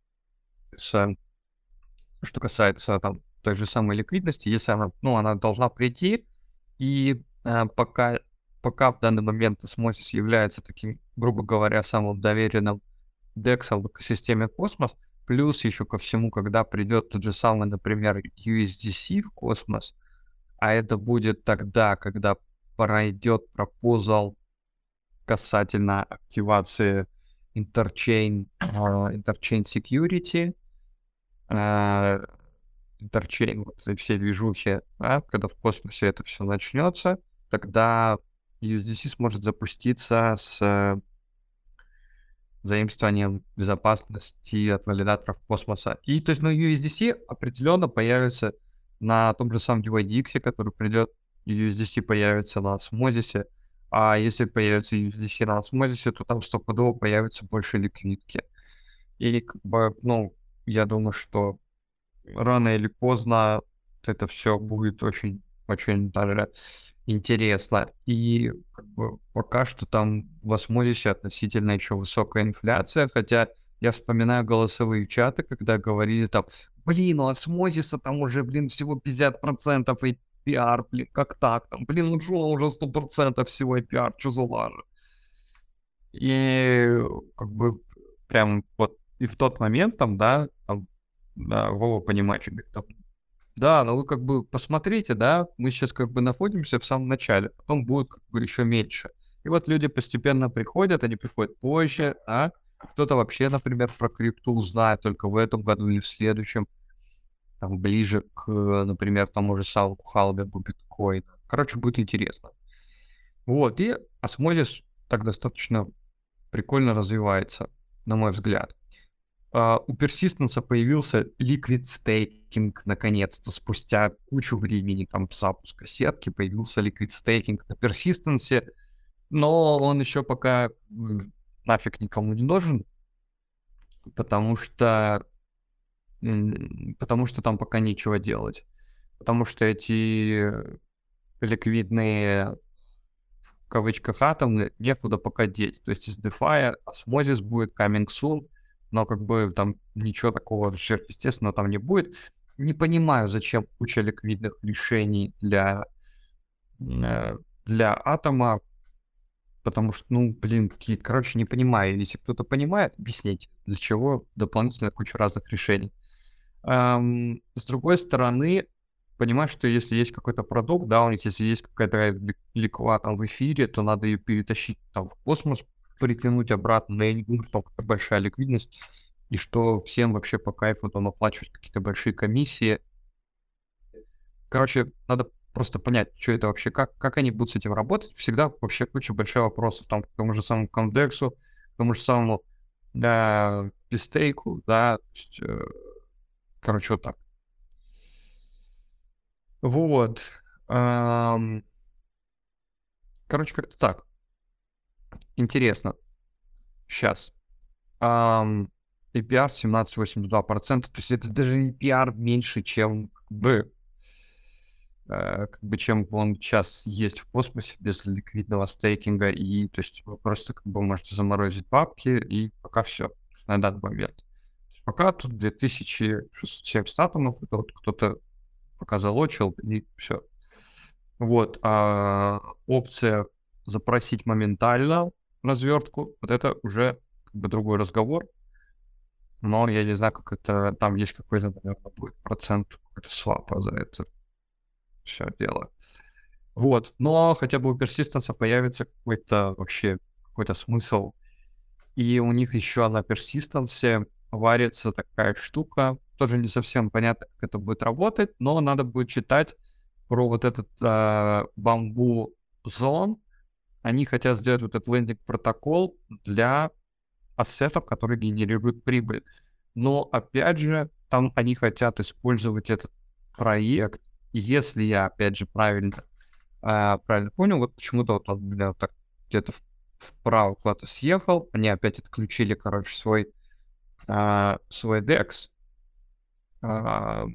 Speaker 1: что касается там той же самой ликвидности, если она, ну, она должна прийти, и э, пока, пока в данный момент Osmosis является таким, грубо говоря, самым доверенным дексом в экосистеме Космос, плюс еще ко всему, когда придет тот же самый, например, ю эс ди си в Космос, а это будет тогда, когда пройдет пропозал касательно активации Interchain, uh, Interchain Security, uh, Interchain, вот этой всей движухи, да, когда в космосе это все начнется, тогда ю эс ди си сможет запуститься с uh, заимствованием безопасности от валидаторов космоса. И то есть, ну, ю эс ди си определенно появится на том же самом ди вай ди экс, который придет, ю эс ди си появится на Osmosis, а если появится ю эс ди си на Osmosis, то там стопудово появится больше ликвидки. И, как бы, ну, я думаю, что рано или поздно это все будет очень, очень даже интересно. И как бы, пока что там в Osmosis относительно еще высокая инфляция, хотя я вспоминаю голосовые чаты, когда говорили там, блин, у Osmosis там уже, блин, всего пятьдесят процентов и пи ар, блин, как так там? Блин, ну что, уже сто процентов всего эй пи ар, что за лажа? И как бы прям вот и в тот момент там, да, там, да, Вова понимает, говорит, там, да, ну вы как бы посмотрите, да, мы сейчас как бы находимся в самом начале, потом будет как бы еще меньше. И вот люди постепенно приходят, они приходят позже, а кто-то вообще, например, про крипту узнает только в этом году или в следующем, там, ближе к, например, тому же самому халвингу биткоина. Короче, будет интересно. Вот, и Osmosis так достаточно прикольно развивается, на мой взгляд. Uh, у Persistence появился Liquid Staking, наконец-то, спустя кучу времени там запуска сетки появился Liquid Staking на Persistence, но он еще пока нафиг никому не нужен, потому что потому что там пока нечего делать. Потому что эти ликвидные, в кавычках, атомы некуда пока деть. То есть из DeFi Osmosis будет coming soon, но как бы там ничего такого сверхъестественного там не будет. Не понимаю, зачем куча ликвидных решений для, для атома, потому что, ну, блин, короче, не понимаю. Если кто-то понимает, объясните, для чего дополнительная куча разных решений. Эм, с другой стороны, понимаю, что если есть какой-то продукт, да, у них если есть какая-то ликва там в эфире, то надо ее перетащить там в космос, притянуть обратно, но я не думаю, что какая большая ликвидность, и что всем вообще по кайфу там оплачивать какие-то большие комиссии. Короче, надо просто понять, что это вообще, как, как они будут с этим работать. Всегда вообще куча больших вопросов, там, к тому же самому Comdex, к тому же самому да, Pistake, да, то есть, э, короче, вот так. Вот. Эм... Короче, как-то так. Интересно. Сейчас. Um, эй пи ар семнадцать целых восемьдесят два процента, то есть это даже эй пи ар меньше, чем как бы, э, как бы чем он сейчас есть в космосе без ликвидного стейкинга, и то есть вы просто как бы можете заморозить бабки, и пока все на данный момент. Пока тут две тысячи шестьсот семьдесят атомов, это вот кто-то пока залочил, и все. Вот. А опция запросить моментально развертку, вот это уже как бы другой разговор, но я не знаю, как это, там есть какой-то, наверное, будет процент какой-то свапа за это все дело. Вот, но хотя бы у Persistence появится какой-то вообще какой-то смысл, и у них еще на Persistence варится такая штука, тоже не совсем понятно, как это будет работать, но надо будет читать про вот этот э, Bamboo Zone, они хотят сделать вот этот лендинг-протокол для ассетов, которые генерируют прибыль. Но, опять же, там они хотят использовать этот проект. И если я, опять же, правильно, а, правильно понял, вот почему-то вот он у меня вот так где-то в- вправо куда-то съехал, они опять отключили, короче, свой, а, свой декс. А,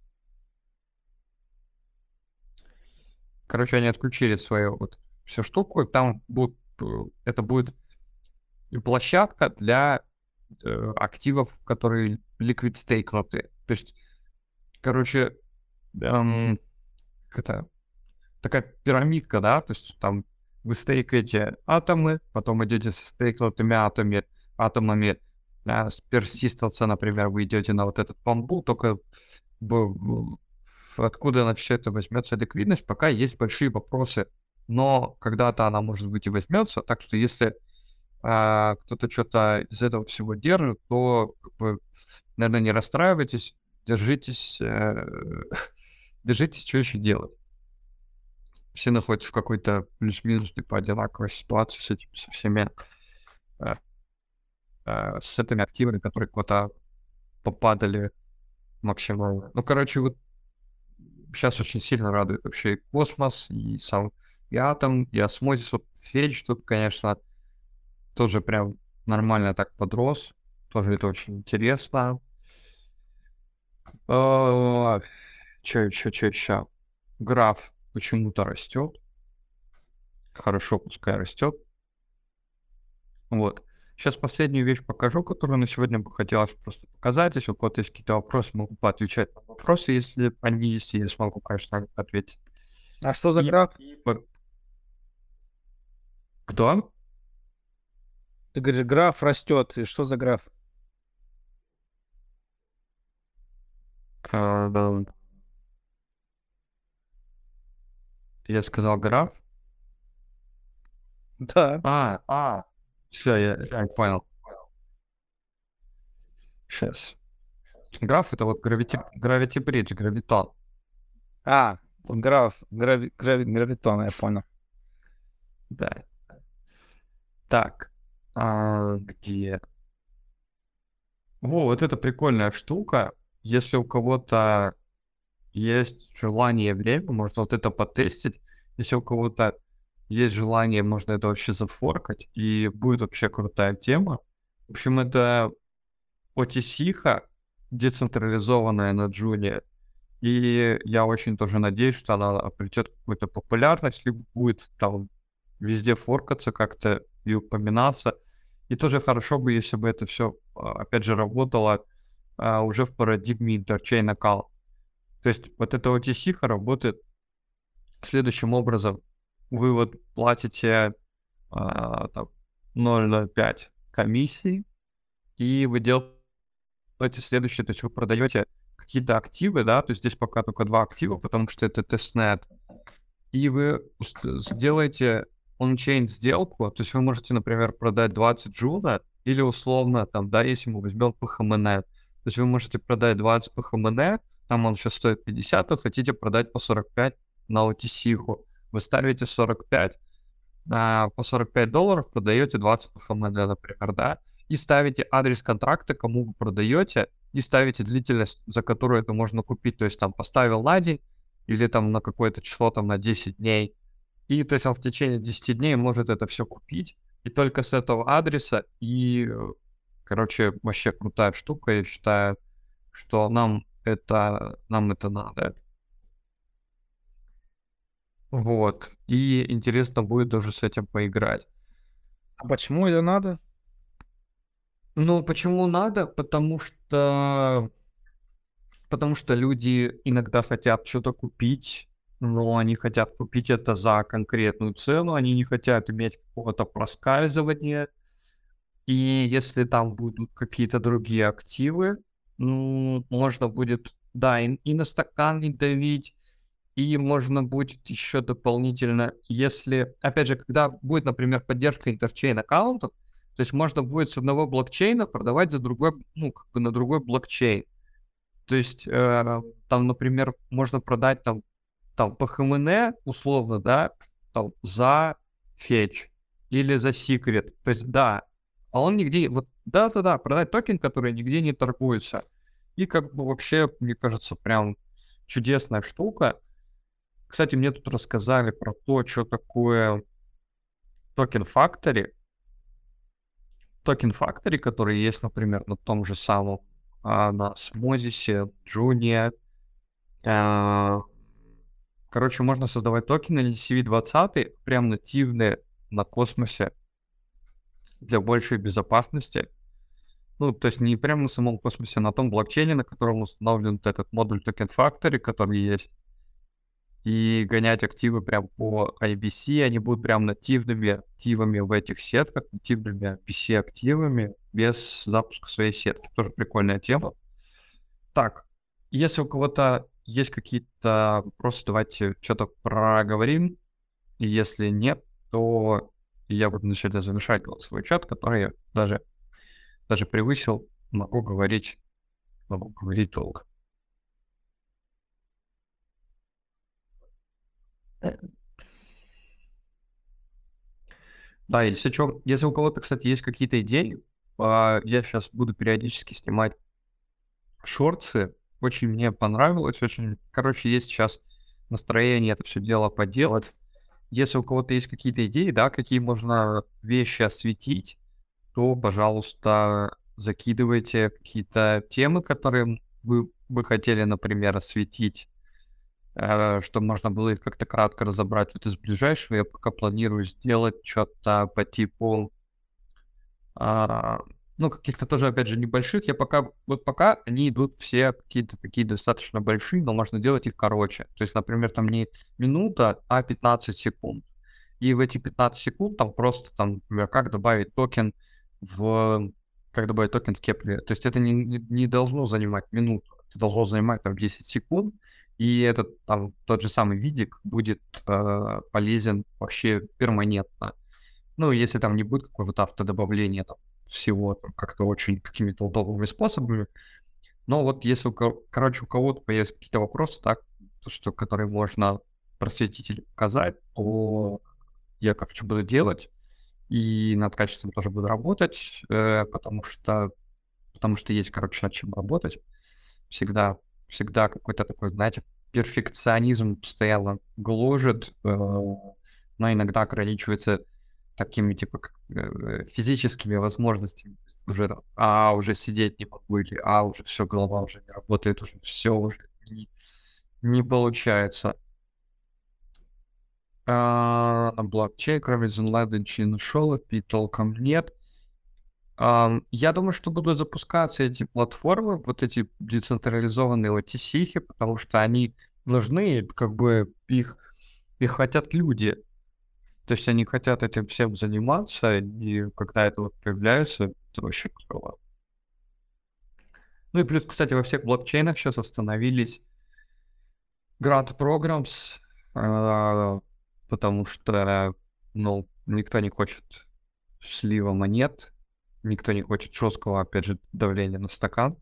Speaker 1: Короче, они отключили свою вот всю штуку, и там будет, э, это будет и площадка для э, активов, которые liquid стейкнуты. То есть, короче, эм, как это такая пирамидка, да, то есть там вы стейкаете атомы, потом идете со стейкнутыми атомами, атомами а, с persistence, например, вы идете на вот этот бамбу, только б- б- откуда на все это возьмется ликвидность, пока есть большие вопросы. Но когда-то она, может быть, и возьмется, так что если а, кто-то что-то из этого всего держит, то, как бы, наверное, не расстраивайтесь, держитесь, э, держитесь, что еще делать. Все находятся в какой-то плюс-минус типа одинаковой ситуации с этими, со всеми, э, э, с этими активами, которые куда-то попадали максимально. Ну, короче, вот сейчас очень сильно радует вообще и космос, и сам и атом, и осмозис. Вот Федич тут, конечно, тоже прям нормально так подрос. Тоже это очень интересно. Че, че, че, че. Граф почему-то растет. Хорошо, пускай растет. Вот. Сейчас последнюю вещь покажу, которую на сегодня бы хотелось просто показать. Если у кого-то есть какие-то вопросы, могу поотвечать на вопросы, если они есть, и я смогу, конечно, на них ответить.
Speaker 7: А что за
Speaker 1: И-
Speaker 7: граф?
Speaker 1: и по- Кто?
Speaker 7: Ты говоришь, граф растет. И что за граф?
Speaker 1: А, да. Я сказал граф.
Speaker 7: Да.
Speaker 1: А, а. Все, я, я понял. Сейчас. Граф — это вот гравити, гравити бридж, гравитон.
Speaker 7: А, граф, грави, грави, гравитон, я понял.
Speaker 1: Да. Так. А, где? Во, вот это прикольная штука. Если у кого-то есть желание и время, можно вот это потестить. Если у кого-то есть желание, можно это вообще зафоркать, и будет вообще крутая тема. В общем, это о ти си-ха, децентрализованная на Джуне, и я очень тоже надеюсь, что она обретет какую-то популярность, либо будет там везде форкаться как-то и упоминаться. И тоже хорошо бы, если бы это все, опять же, работало а, уже в парадигме интерчейн аккаунт. То есть вот эта о ти си-ха работает следующим образом. Вы вот платите а, там, ноль целых ноль пять комиссии, и вы делаете следующее, то есть вы продаете какие-то активы, да, то есть здесь пока только два актива, потому что это тестнет, и вы ус- сделаете он-чейн сделку, то есть вы можете, например, продать двадцать джуна, или условно, там, да, если мы возьмем пи эйч эм эн, то есть вы можете продать двадцать пи эйч эм эн, там он сейчас стоит пятьдесят, а хотите продать по сорок пять на о ти си-ху. Вы ставите сорок пять, а, по сорок пять долларов продаете двадцать пи эйч эм эн, например, да, и ставите адрес контракта, кому вы продаете, и ставите длительность, за которую это можно купить, то есть там поставил на день, или там на какое-то число, там на десять дней, и то есть он в течение десяти дней может это все купить, и только с этого адреса, и, э, короче, вообще крутая штука, я считаю, что нам это, нам это надо. Вот, и интересно будет тоже с этим поиграть.
Speaker 7: А почему это надо?
Speaker 1: Ну, почему надо? Потому что... Потому что люди иногда хотят что-то купить, но они хотят купить это за конкретную цену, они не хотят иметь какого-то проскальзывания. И если там будут какие-то другие активы, ну, можно будет, да, и, и на стакан не давить, и можно будет еще дополнительно, если, опять же, когда будет, например, поддержка интерчейн аккаунтов, то есть можно будет с одного блокчейна продавать за другой, ну, как бы на другой блокчейн. То есть э, там, например, можно продать там, там пи эйч эм эн условно, да, там, за фетч или за секрет. То есть, да, а он нигде, вот, да-да-да, продать токен, который нигде не торгуется. И как бы вообще, мне кажется, прям чудесная штука. Кстати, мне тут рассказали про то, что такое токен Factory. Токен Factory, который есть, например, на том же самом, а, на Смозисе, Джуне. А, короче, можно создавать токены эл си ви двадцать, прям нативные на космосе для большей безопасности. Ну, то есть не прямо на самом космосе, а на том блокчейне, на котором установлен вот этот модуль Token Factory, который есть. И гонять активы прям по ай би си, они будут прям нативными активами в этих сетках, нативными ай би си активами без запуска своей сетки. Тоже прикольная тема. Так, если у кого-то есть какие-то вопросы, давайте что-то проговорим. И если нет, то я буду начать завершать свой чат, который я даже, даже превысил, могу говорить, могу говорить долго. Да, если что, если у кого-то, кстати, есть какие-то идеи, а, я сейчас буду периодически снимать шортсы. Очень мне понравилось, очень, короче, есть сейчас настроение это все дело поделать. Если у кого-то есть какие-то идеи, да, какие можно вещи осветить, то, пожалуйста, закидывайте какие-то темы, которые вы бы хотели, например, осветить, э, чтобы можно было их как-то кратко разобрать. Вот из ближайшего я пока планирую сделать что-то по типу, а, ну, каких-то тоже, опять же, небольших. Я пока, вот пока они идут все какие-то такие достаточно большие, но можно делать их короче. То есть, например, там не минута, а пятнадцать секунд. И в эти пятнадцать секунд там просто, там, например, как добавить токен в... Как добавить токен в Кеплере. То есть это не, не, не должно занимать минуту. Это должно занимать там десять секунд. И этот там тот же самый видик будет э, полезен вообще перманентно. Ну, если там не будет какого-то автодобавления там, всего там, как-то очень какими-то удобными способами. Но вот если, у ко- короче, у кого-то появятся какие-то вопросы, так, то, что, которые можно просветить или показать, то я, короче, буду делать. И над качеством тоже буду работать, э, потому что, потому что есть, короче, над чем работать. Всегда, всегда какой-то такой, знаете, перфекционизм постоянно гложет, э, но иногда ограничивается такими, типа, как, э, физическими возможностями. То есть уже, там, а, уже сидеть не могу, или, а, уже все, голова уже не работает, уже все уже не, не получается. А, блокчейн, кроме Zenlab, ничего не нашел, и толком нет. Ам, я думаю, что будут запускаться эти платформы, вот эти децентрализованные о ти си, потому что они нужны, как бы их, их хотят люди. То есть они хотят этим всем заниматься, и когда это вот появляется, это вообще клево. Ну и плюс, кстати, во всех блокчейнах сейчас остановились grant programs, а, потому что, ну, никто не хочет слива монет, никто не хочет жесткого, опять же, давления на стакан.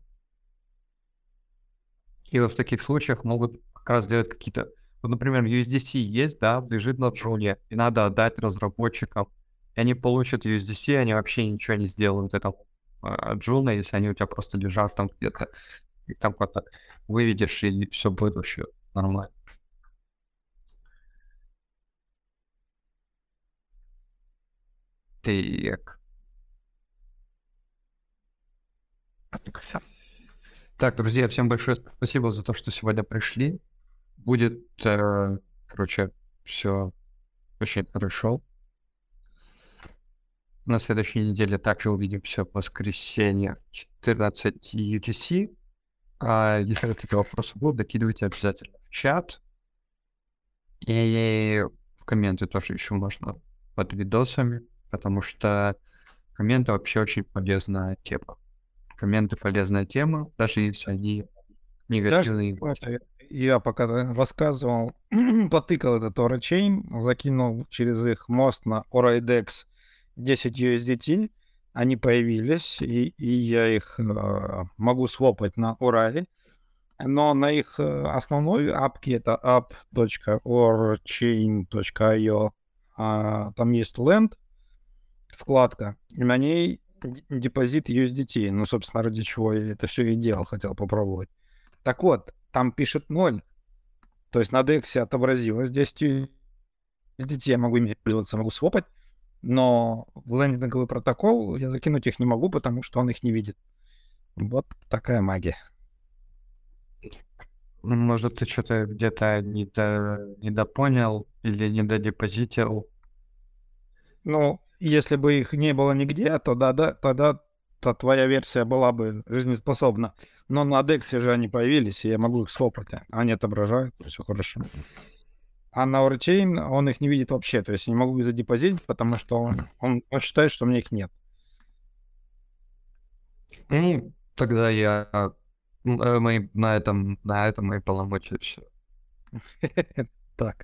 Speaker 1: И вот в таких случаях могут как раз делать какие-то... Вот, например, ю эс ди си есть, да, лежит на джуне, и надо отдать разработчикам. И они получат ю эс ди си, они вообще ничего не сделают этому а, джуна, если они у тебя просто лежат там где-то, и там как-то выведешь, и все будет вообще нормально. Так. Так, друзья, всем большое спасибо за то, что сегодня пришли. Будет, э, короче, все очень хорошо. На следующей неделе также увидимся в воскресенье в четырнадцать ю ти си. А если какие-то вопросы будут, докидывайте обязательно в чат. И в комменты тоже еще можно под видосами, потому что комменты вообще очень полезная тема. Комменты полезная тема, даже если они негативные.
Speaker 2: Даже, это, я пока рассказывал, потыкал этот Orachain, закинул через их мост на Oraidex десять ю эс ди ти, они появились, и, и я их э, могу свопать на Orai, но на их основной апке, это app точка orachain точка ай о, а, там есть Land, вкладка, и на ней д- депозит ю эс ди ти. Ну, собственно, ради чего я это все и делал, хотел попробовать. Так вот, там пишет ноль. То есть на дексе отобразилось десять ю эс ди ти, я могу ими пользоваться, могу свопать, но в лендинговый протокол я закинуть их не могу, потому что он их не видит. Вот такая магия.
Speaker 1: Может, ты что-то где-то не до... недопонял или недодепозитил.
Speaker 2: Ну, если бы их не было нигде, то да, да, тогда то твоя версия была бы жизнеспособна. Но на дексе же они появились, и я могу их свопать. Они отображают, все хорошо. А на Orchain он их не видит вообще. То есть я не могу их задепозитить, потому что он, он, он считает, что у меня их нет.
Speaker 1: Ну, тогда я м, э, мои, на этом, на этом мои полномочия все.
Speaker 2: Так.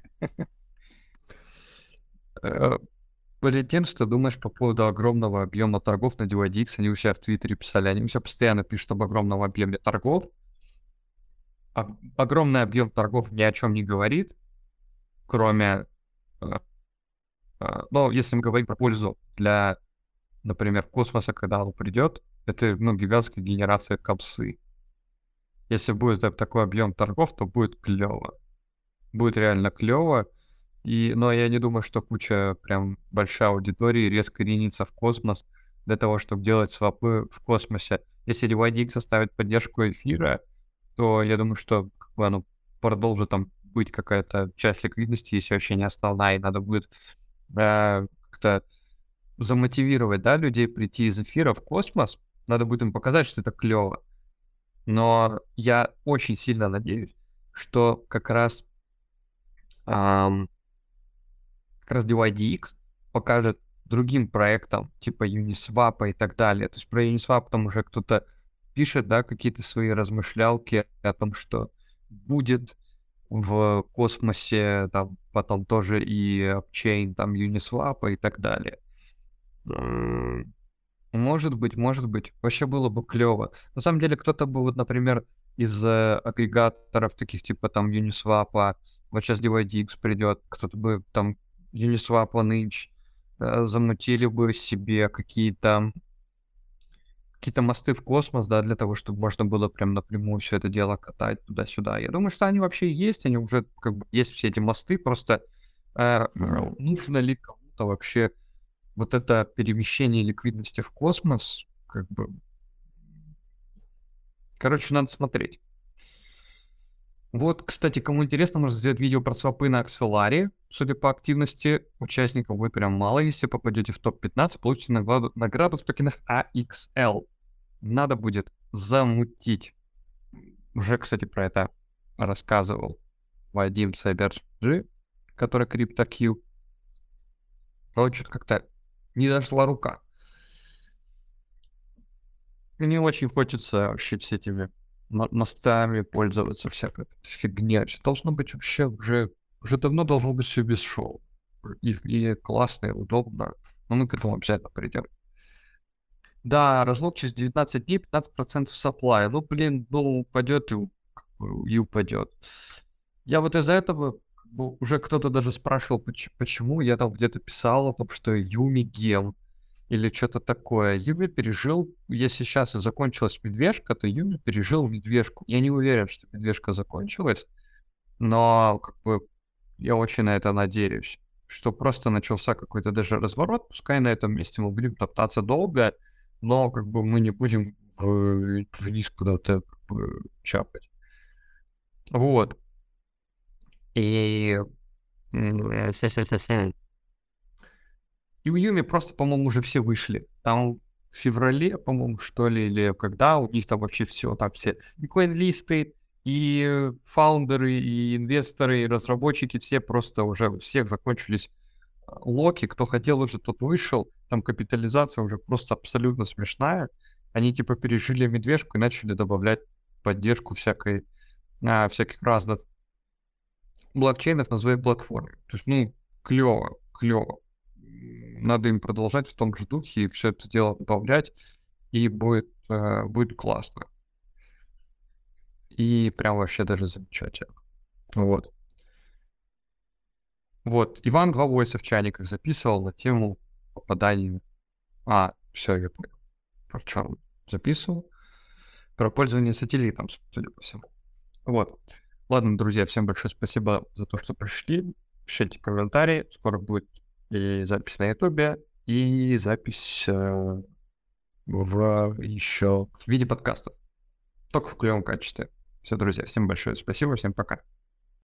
Speaker 1: Валентин, что думаешь по поводу огромного объема торгов на ди вай ди экс? Они у себя в Твиттере писали, они у себя постоянно пишут об огромном объеме торгов. А огромный объем торгов ни о чем не говорит, кроме, э, э, ну, если мы говорим про пользу для, например, космоса, когда он придет, это, ну, гигантская генерация капсы. Если будет так- такой объем торгов, то будет клево. Будет реально клево. И, но я не думаю, что куча прям большая аудитория резко ринется в космос для того, чтобы делать свапы в космосе. Если ди вай ди экс оставит поддержку эфира, то я думаю, что как бы, оно продолжит там быть какая-то часть ликвидности, если вообще не основная, и надо будет э, как-то замотивировать, да, людей прийти из эфира в космос. Надо будет им показать, что это клево. Но я очень сильно надеюсь, что как раз ам, как раз ди вай ди экс покажет другим проектам, типа Uniswap и так далее. То есть про Uniswap там уже кто-то пишет, да, какие-то свои размышлялки о том, что будет в космосе, там, потом тоже и апчейн, там, Uniswap и так далее. М, Может быть, может быть. Вообще было бы клево. На самом деле, кто-то бы, вот, например, из э, агрегаторов, таких типа там Uniswap, вот сейчас ди вай ди экс придет, кто-то бы там Uniswap, Inch э, замутили бы себе какие-то какие-то мосты в космос, да, для того, чтобы можно было прям напрямую все это дело катать туда-сюда. Я думаю, что они вообще есть, они уже как бы есть все эти мосты, просто э, нужно ли кому-то вообще вот это перемещение ликвидности в космос, как бы... Короче, надо смотреть. Вот, кстати, кому интересно, можно сделать видео про свапы на Акселаре. Судя по активности участников, будет прям мало. Если попадете в топ пятнадцать, получите награду, награду в токенах эй икс эл. Надо будет замутить. Уже, кстати, про это рассказывал Вадим Сайберджи, который CryptoQ. Но что-то как-то не дошла рука. Мне очень хочется вообще все этими мо- мостами пользоваться, всякой этой фигней. Всё должно быть вообще уже... Уже давно должно быть все без шоу. И, и классно, и удобно. Но мы к этому обязательно придем. Да, разлог через девятнадцать дней, пятнадцать процентов supply. Ну, блин, ну, упадет и, у- как бы, и упадет. Я вот из-за этого как бы, уже кто-то даже спрашивал, поч- почему я там где-то писал о том, что Юми гем или что-то такое. Юми пережил, если сейчас и закончилась медвежка, то Юми пережил медвежку. Я не уверен, что медвежка закончилась, но как бы я очень на это надеюсь, что просто начался какой-то даже разворот, пускай на этом месте мы будем топтаться долго, но как бы мы не будем в- вниз куда-то как бы чапать. Вот. И... м, э, с-с-с-с. И у Юми просто, по-моему, уже все вышли. Там в феврале, по-моему, что ли, или когда, у них там вообще все, там все и коин-листы, и э, фаундеры, и инвесторы, и разработчики, все просто уже, у всех закончились э, локи, кто хотел уже, тот вышел, там капитализация уже просто абсолютно смешная. Они типа пережили медвежку и начали добавлять поддержку всякой, а, всяких разных блокчейнов на своей платформе. То есть, ну, клево, клево. Надо им продолжать в том же духе и все это дело добавлять, и будет, э, будет классно. И прям вообще даже замечательно. Вот. Вот, Иван два войса в чайниках записывал на тему попадания. А, все, я понял. Про что он записывал? Про пользование сателлитом, судя по всему. Вот. Ладно, друзья, всем большое спасибо за то, что пришли. Пишите комментарии. Скоро будет и запись на Ютубе, и запись э, в еще в виде подкастов. Только в клевом качестве. Все, друзья, всем большое спасибо, всем пока.